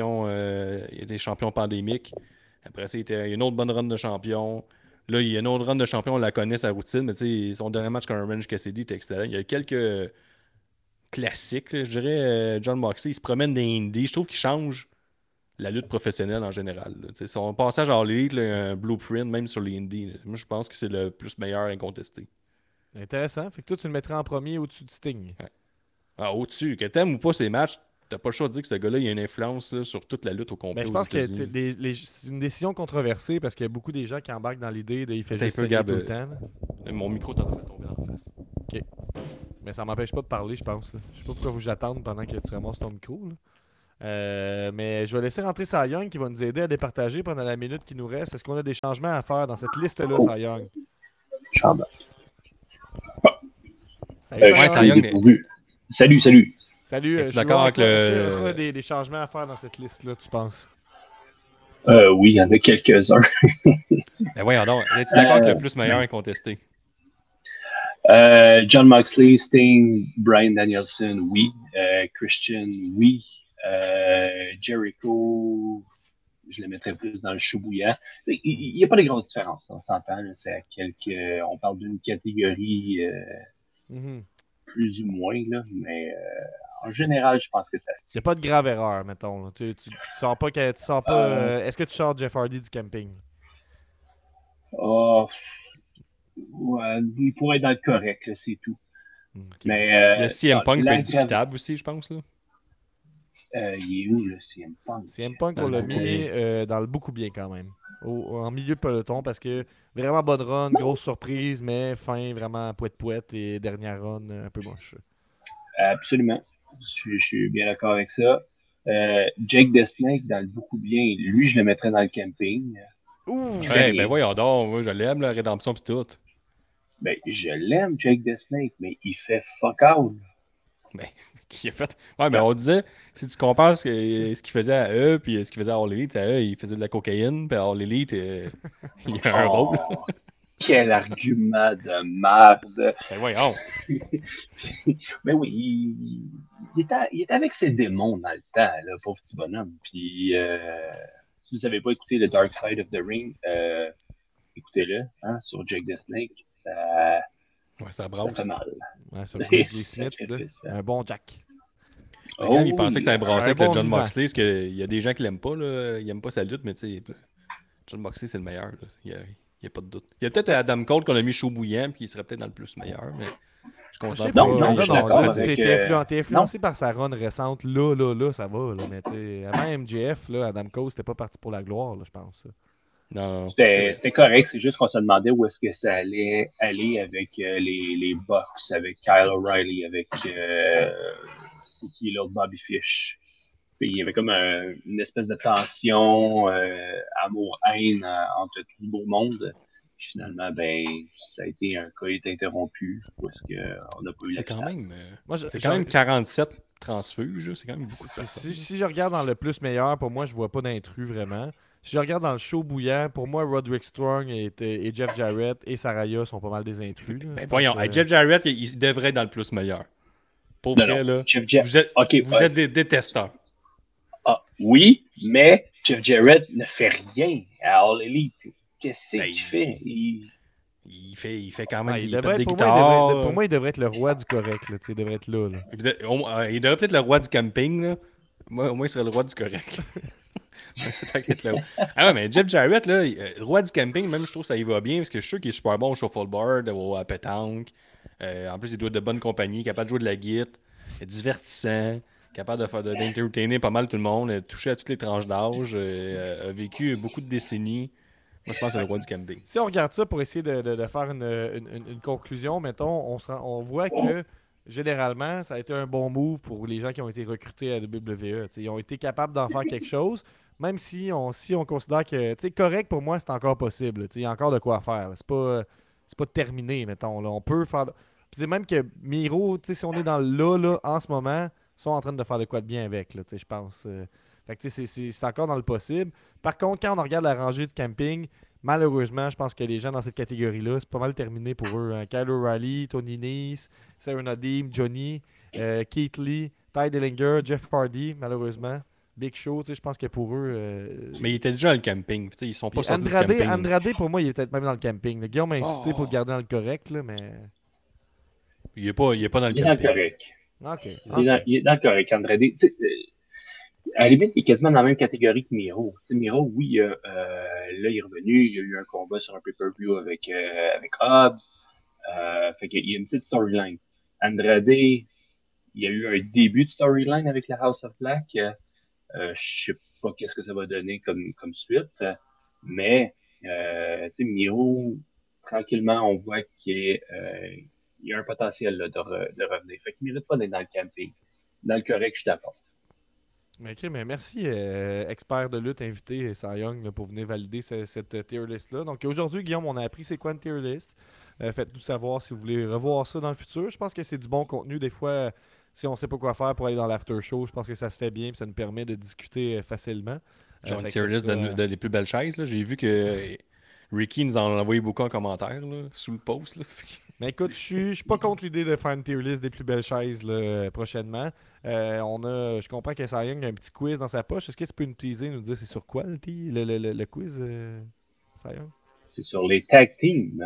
champion pandémique. Après ça, il y a une autre bonne run de champion. Là, il y a une autre run de champion, on la connaît, sa routine, mais tu sais, son dernier match contre Orange Cassidy était excellent. Il y a quelques classiques, là, je dirais. John Moxley, il se promène des indies. Je trouve qu'il change la lutte professionnelle en général. Là. Son passage à All Elite, là, il y a un blueprint, même sur les indies. Là. Moi, je pense que c'est le plus meilleur incontesté. Intéressant. Fait que toi, tu le mettrais en premier au-dessus de Sting. Ouais. Ah, au-dessus, que t'aimes ou pas ces matchs, t'as pas le choix de dire que ce gars-là, il a une influence là, sur toute la lutte au complet. Ben, je aux pense que États-Unis. c'est une décision controversée parce qu'il y a beaucoup des gens qui embarquent dans l'idée de il fait Attends un juste peu, saigner Gab, tout le temps. Là. Mon micro t'en fait tomber dans la face. Mais ça m'empêche pas de parler, je pense. Là. Je sais pas pourquoi vous j'attendre pendant que tu ramasses ton micro. Là. Mais je vais laisser rentrer Cy Young qui va nous aider à départager pendant la minute qui nous reste. Est-ce qu'on a des changements à faire dans cette liste-là, Cy Young? Chambard. Salut, Ouais, Cy Cy Young. Young, Salut. Salut, Es-tu je d'accord avec Est-ce qu'on a des changements à faire dans cette liste-là, tu penses? Oui, il y en a quelques-uns. Ben voyons donc, es-tu d'accord avec le plus meilleur incontesté? John Moxley, Sting, Bryan Danielson, oui. Christian, oui. Jericho, je le mettrais plus dans le chou bouillant. Il n'y a pas de grosse différence, on s'entend. Là, c'est à on parle d'une catégorie plus ou moins, là, mais en général, je pense que ça se Il n'y a tient. pas de grave erreur, mettons. Là. Tu sors pas est-ce que tu sors Jeff Hardy du camping? Oh, ouais, il pourrait être dans le correct, là, c'est tout. Okay. Mais, il y a CM Punk qui peut être discutable aussi, je pense. Là. Il est où, le CM Punk? CM Punk, on l'a mis dans le beaucoup bien quand même. En milieu de peloton parce que vraiment bonne run, grosse surprise, mais fin vraiment poète et dernière run un peu moche. Absolument. Je suis bien d'accord avec ça. Jake the Snake, dans le beaucoup bien, lui, je le mettrais dans le camping. Ouh! Ouais, ben voyons donc, moi je l'aime, la rédemption pis tout. Ben, je l'aime, Jake the Snake, mais il fait fuck out. Ben, qui a fait. Ouais, mais on disait, si tu compares ce qu'il faisait à eux puis ce qu'il faisait à All Elite, à eux, il faisait de la cocaïne, puis à All Elite, il a un rôle. Quel argument de merde. Ben voyons. Mais oui, il était avec ses démons dans le temps, là, pauvre petit bonhomme. Puis, si vous n'avez pas écouté le Dark Side of the Ring, écoutez-le, hein, sur Jake the Snake, ça brasse. fait mal. Ouais, sur Grizzly Smith, un bon Jack. Ben, quand il pensait que ça brassait avec bon le John vivant. Moxley, parce qu'il y a des gens qui l'aiment pas, là, ils aiment pas sa lutte, mais tu sais, John Moxley, c'est le meilleur. Là. Il y a pas de doute. Il y a peut-être Adam Cole qu'on a mis chaud bouillant, puis il serait peut-être dans le plus meilleur, mais je considère pas. Non, je suis d'accord avec, t'es influencé par sa run récente. Là, ça va. Là, mais tu sais, avant MJF, là, Adam Cole, c'était pas parti pour la gloire, là, je pense. Non. C'était correct, c'est juste qu'on se demandait où est-ce que ça allait aller avec les Bucks, avec Kyle O'Reilly, avec c'est qui l'autre Bobby Fish. Il y avait comme une espèce de tension, amour-haine entre tout du beau monde. Puis finalement, ça a été un coït interrompu parce qu'on n'a pas eu la C'est quand finale. même, Moi, c'est quand même 47 transfuges, c'est quand même beaucoup de personnes. Si je regarde dans le plus meilleur, pour moi, je vois pas d'intrus vraiment. Si je regarde dans le show bouillant, pour moi, Roderick Strong et Jeff Jarrett et Saraya sont pas mal des intrus. Là. Je Voyons, pense, hey, Jeff Jarrett, il devrait être dans le plus meilleur. Pour Non, vrai, non, là, Jeff vous êtes, OK, vous êtes des détesteurs. Ah, oui, mais Jeff Jarrett ne fait rien à All Elite. Qu'est-ce qu'il fait? Il fait quand même il il pète devrait, des pour, guitares. pour moi, il devrait être le roi du correct. Là, il devrait être là. Il devrait peut-être le roi du camping. Là. Moi, au moins, il serait le roi du correct. T'inquiète là. Ah ouais, mais Jeff Jarrett, là, roi du camping, même je trouve que ça y va bien parce que je suis sûr qu'il est super bon au shuffleboard, à pétanque. En plus, il doit être de bonne compagnie, capable de jouer de la guitare, divertissant, capable d'entertainer pas mal tout le monde, toucher à toutes les tranches d'âge, a vécu beaucoup de décennies. Moi, je pense que c'est le roi du camping. Si on regarde ça pour essayer de faire une conclusion, mettons, on voit que généralement, ça a été un bon move pour les gens qui ont été recrutés à WWE. T'sais, ils ont été capables d'en faire quelque chose, même si on considère que, correct pour moi, c'est encore possible. Il y a encore de quoi faire. C'est pas terminé, mettons. Là. On peut faire. Puis c'est même que Miro, si on est dans le là, en ce moment, sont en train de faire de quoi de bien avec, je pense. Fait que c'est encore dans le possible. Par contre, quand on regarde la rangée du camping, malheureusement, je pense que les gens dans cette catégorie-là, c'est pas mal terminé pour eux. Hein. Kyle O'Reilly, Tony Nese, Sarah Nadim, Johnny, Keith Lee, Ty Dillinger, Jeff Hardy, malheureusement. Big Show, je pense que pour eux... Mais il était déjà dans le camping. Ils sont pas sortis du Andrade, camping. Andrade, pour moi, il est peut-être même dans le camping. Là. Guillaume m'a insisté pour le garder dans le correct, là, mais... Il est pas dans le Il est dans le camping. correct. Okay. Il est dans le correct, Andrade. À la limite, il est quasiment dans la même catégorie que Miro. Miro, oui, là, il est revenu. Il y a eu un combat sur un pay-per-view avec Hobbs. Fait qu'il y a une petite storyline. Andrade, il y a eu un début de storyline avec la House of Black. Je sais pas qu'est-ce que ça va donner comme suite. Mais, Miro, tranquillement, on voit qu'il y a un potentiel là, de revenir. Fait qu'il mérite pas d'être dans le camping. Dans le correct, je suis d'accord. Mais merci, expert de lutte invité, Cy Young, là, pour venir valider cette tier list-là. Donc aujourd'hui, Guillaume, on a appris c'est quoi une tier list. Faites-nous savoir si vous voulez revoir ça dans le futur. Je pense que c'est du bon contenu. Des fois, si on ne sait pas quoi faire pour aller dans l'after show, je pense que ça se fait bien et ça nous permet de discuter facilement. Genre une tier list de les plus belles chaises. Là. J'ai vu que Ricky nous en a envoyé beaucoup en commentaire là, sous le post. Là. Mais écoute, je suis pas contre l'idée de faire une tier list des plus belles chaises là, prochainement. Je comprends que Cy Young a un petit quiz dans sa poche. Est-ce que tu peux nous teaser, nous dire c'est sur quoi le quiz, Cy Young? C'est sur les tag teams.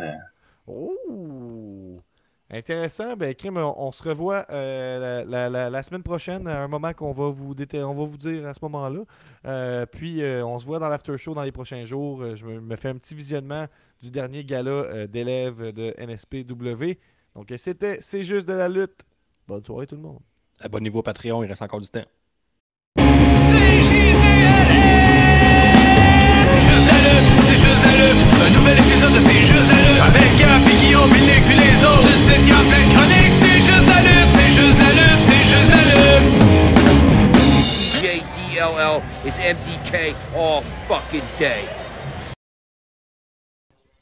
Oh! Intéressant. Ben, Crime, on se revoit la semaine prochaine à un moment qu'on va vous dire à ce moment-là. Puis, on se voit dans l'after show dans les prochains jours. Je me fais un petit visionnement du dernier gala d'élèves de NSPW. Donc, C'est juste de la lutte. Bonne soirée tout le monde. Abonnez-vous au Patreon, il reste encore du temps. Un nouvel épisode de C'est juste la lutte. Avec Gap et Guillaume, Nick puis les autres. Le site qui en pleine chronique. C'est juste la lutte, c'est juste la lutte, c'est juste la lutte. CJDLL is MDK all fucking day.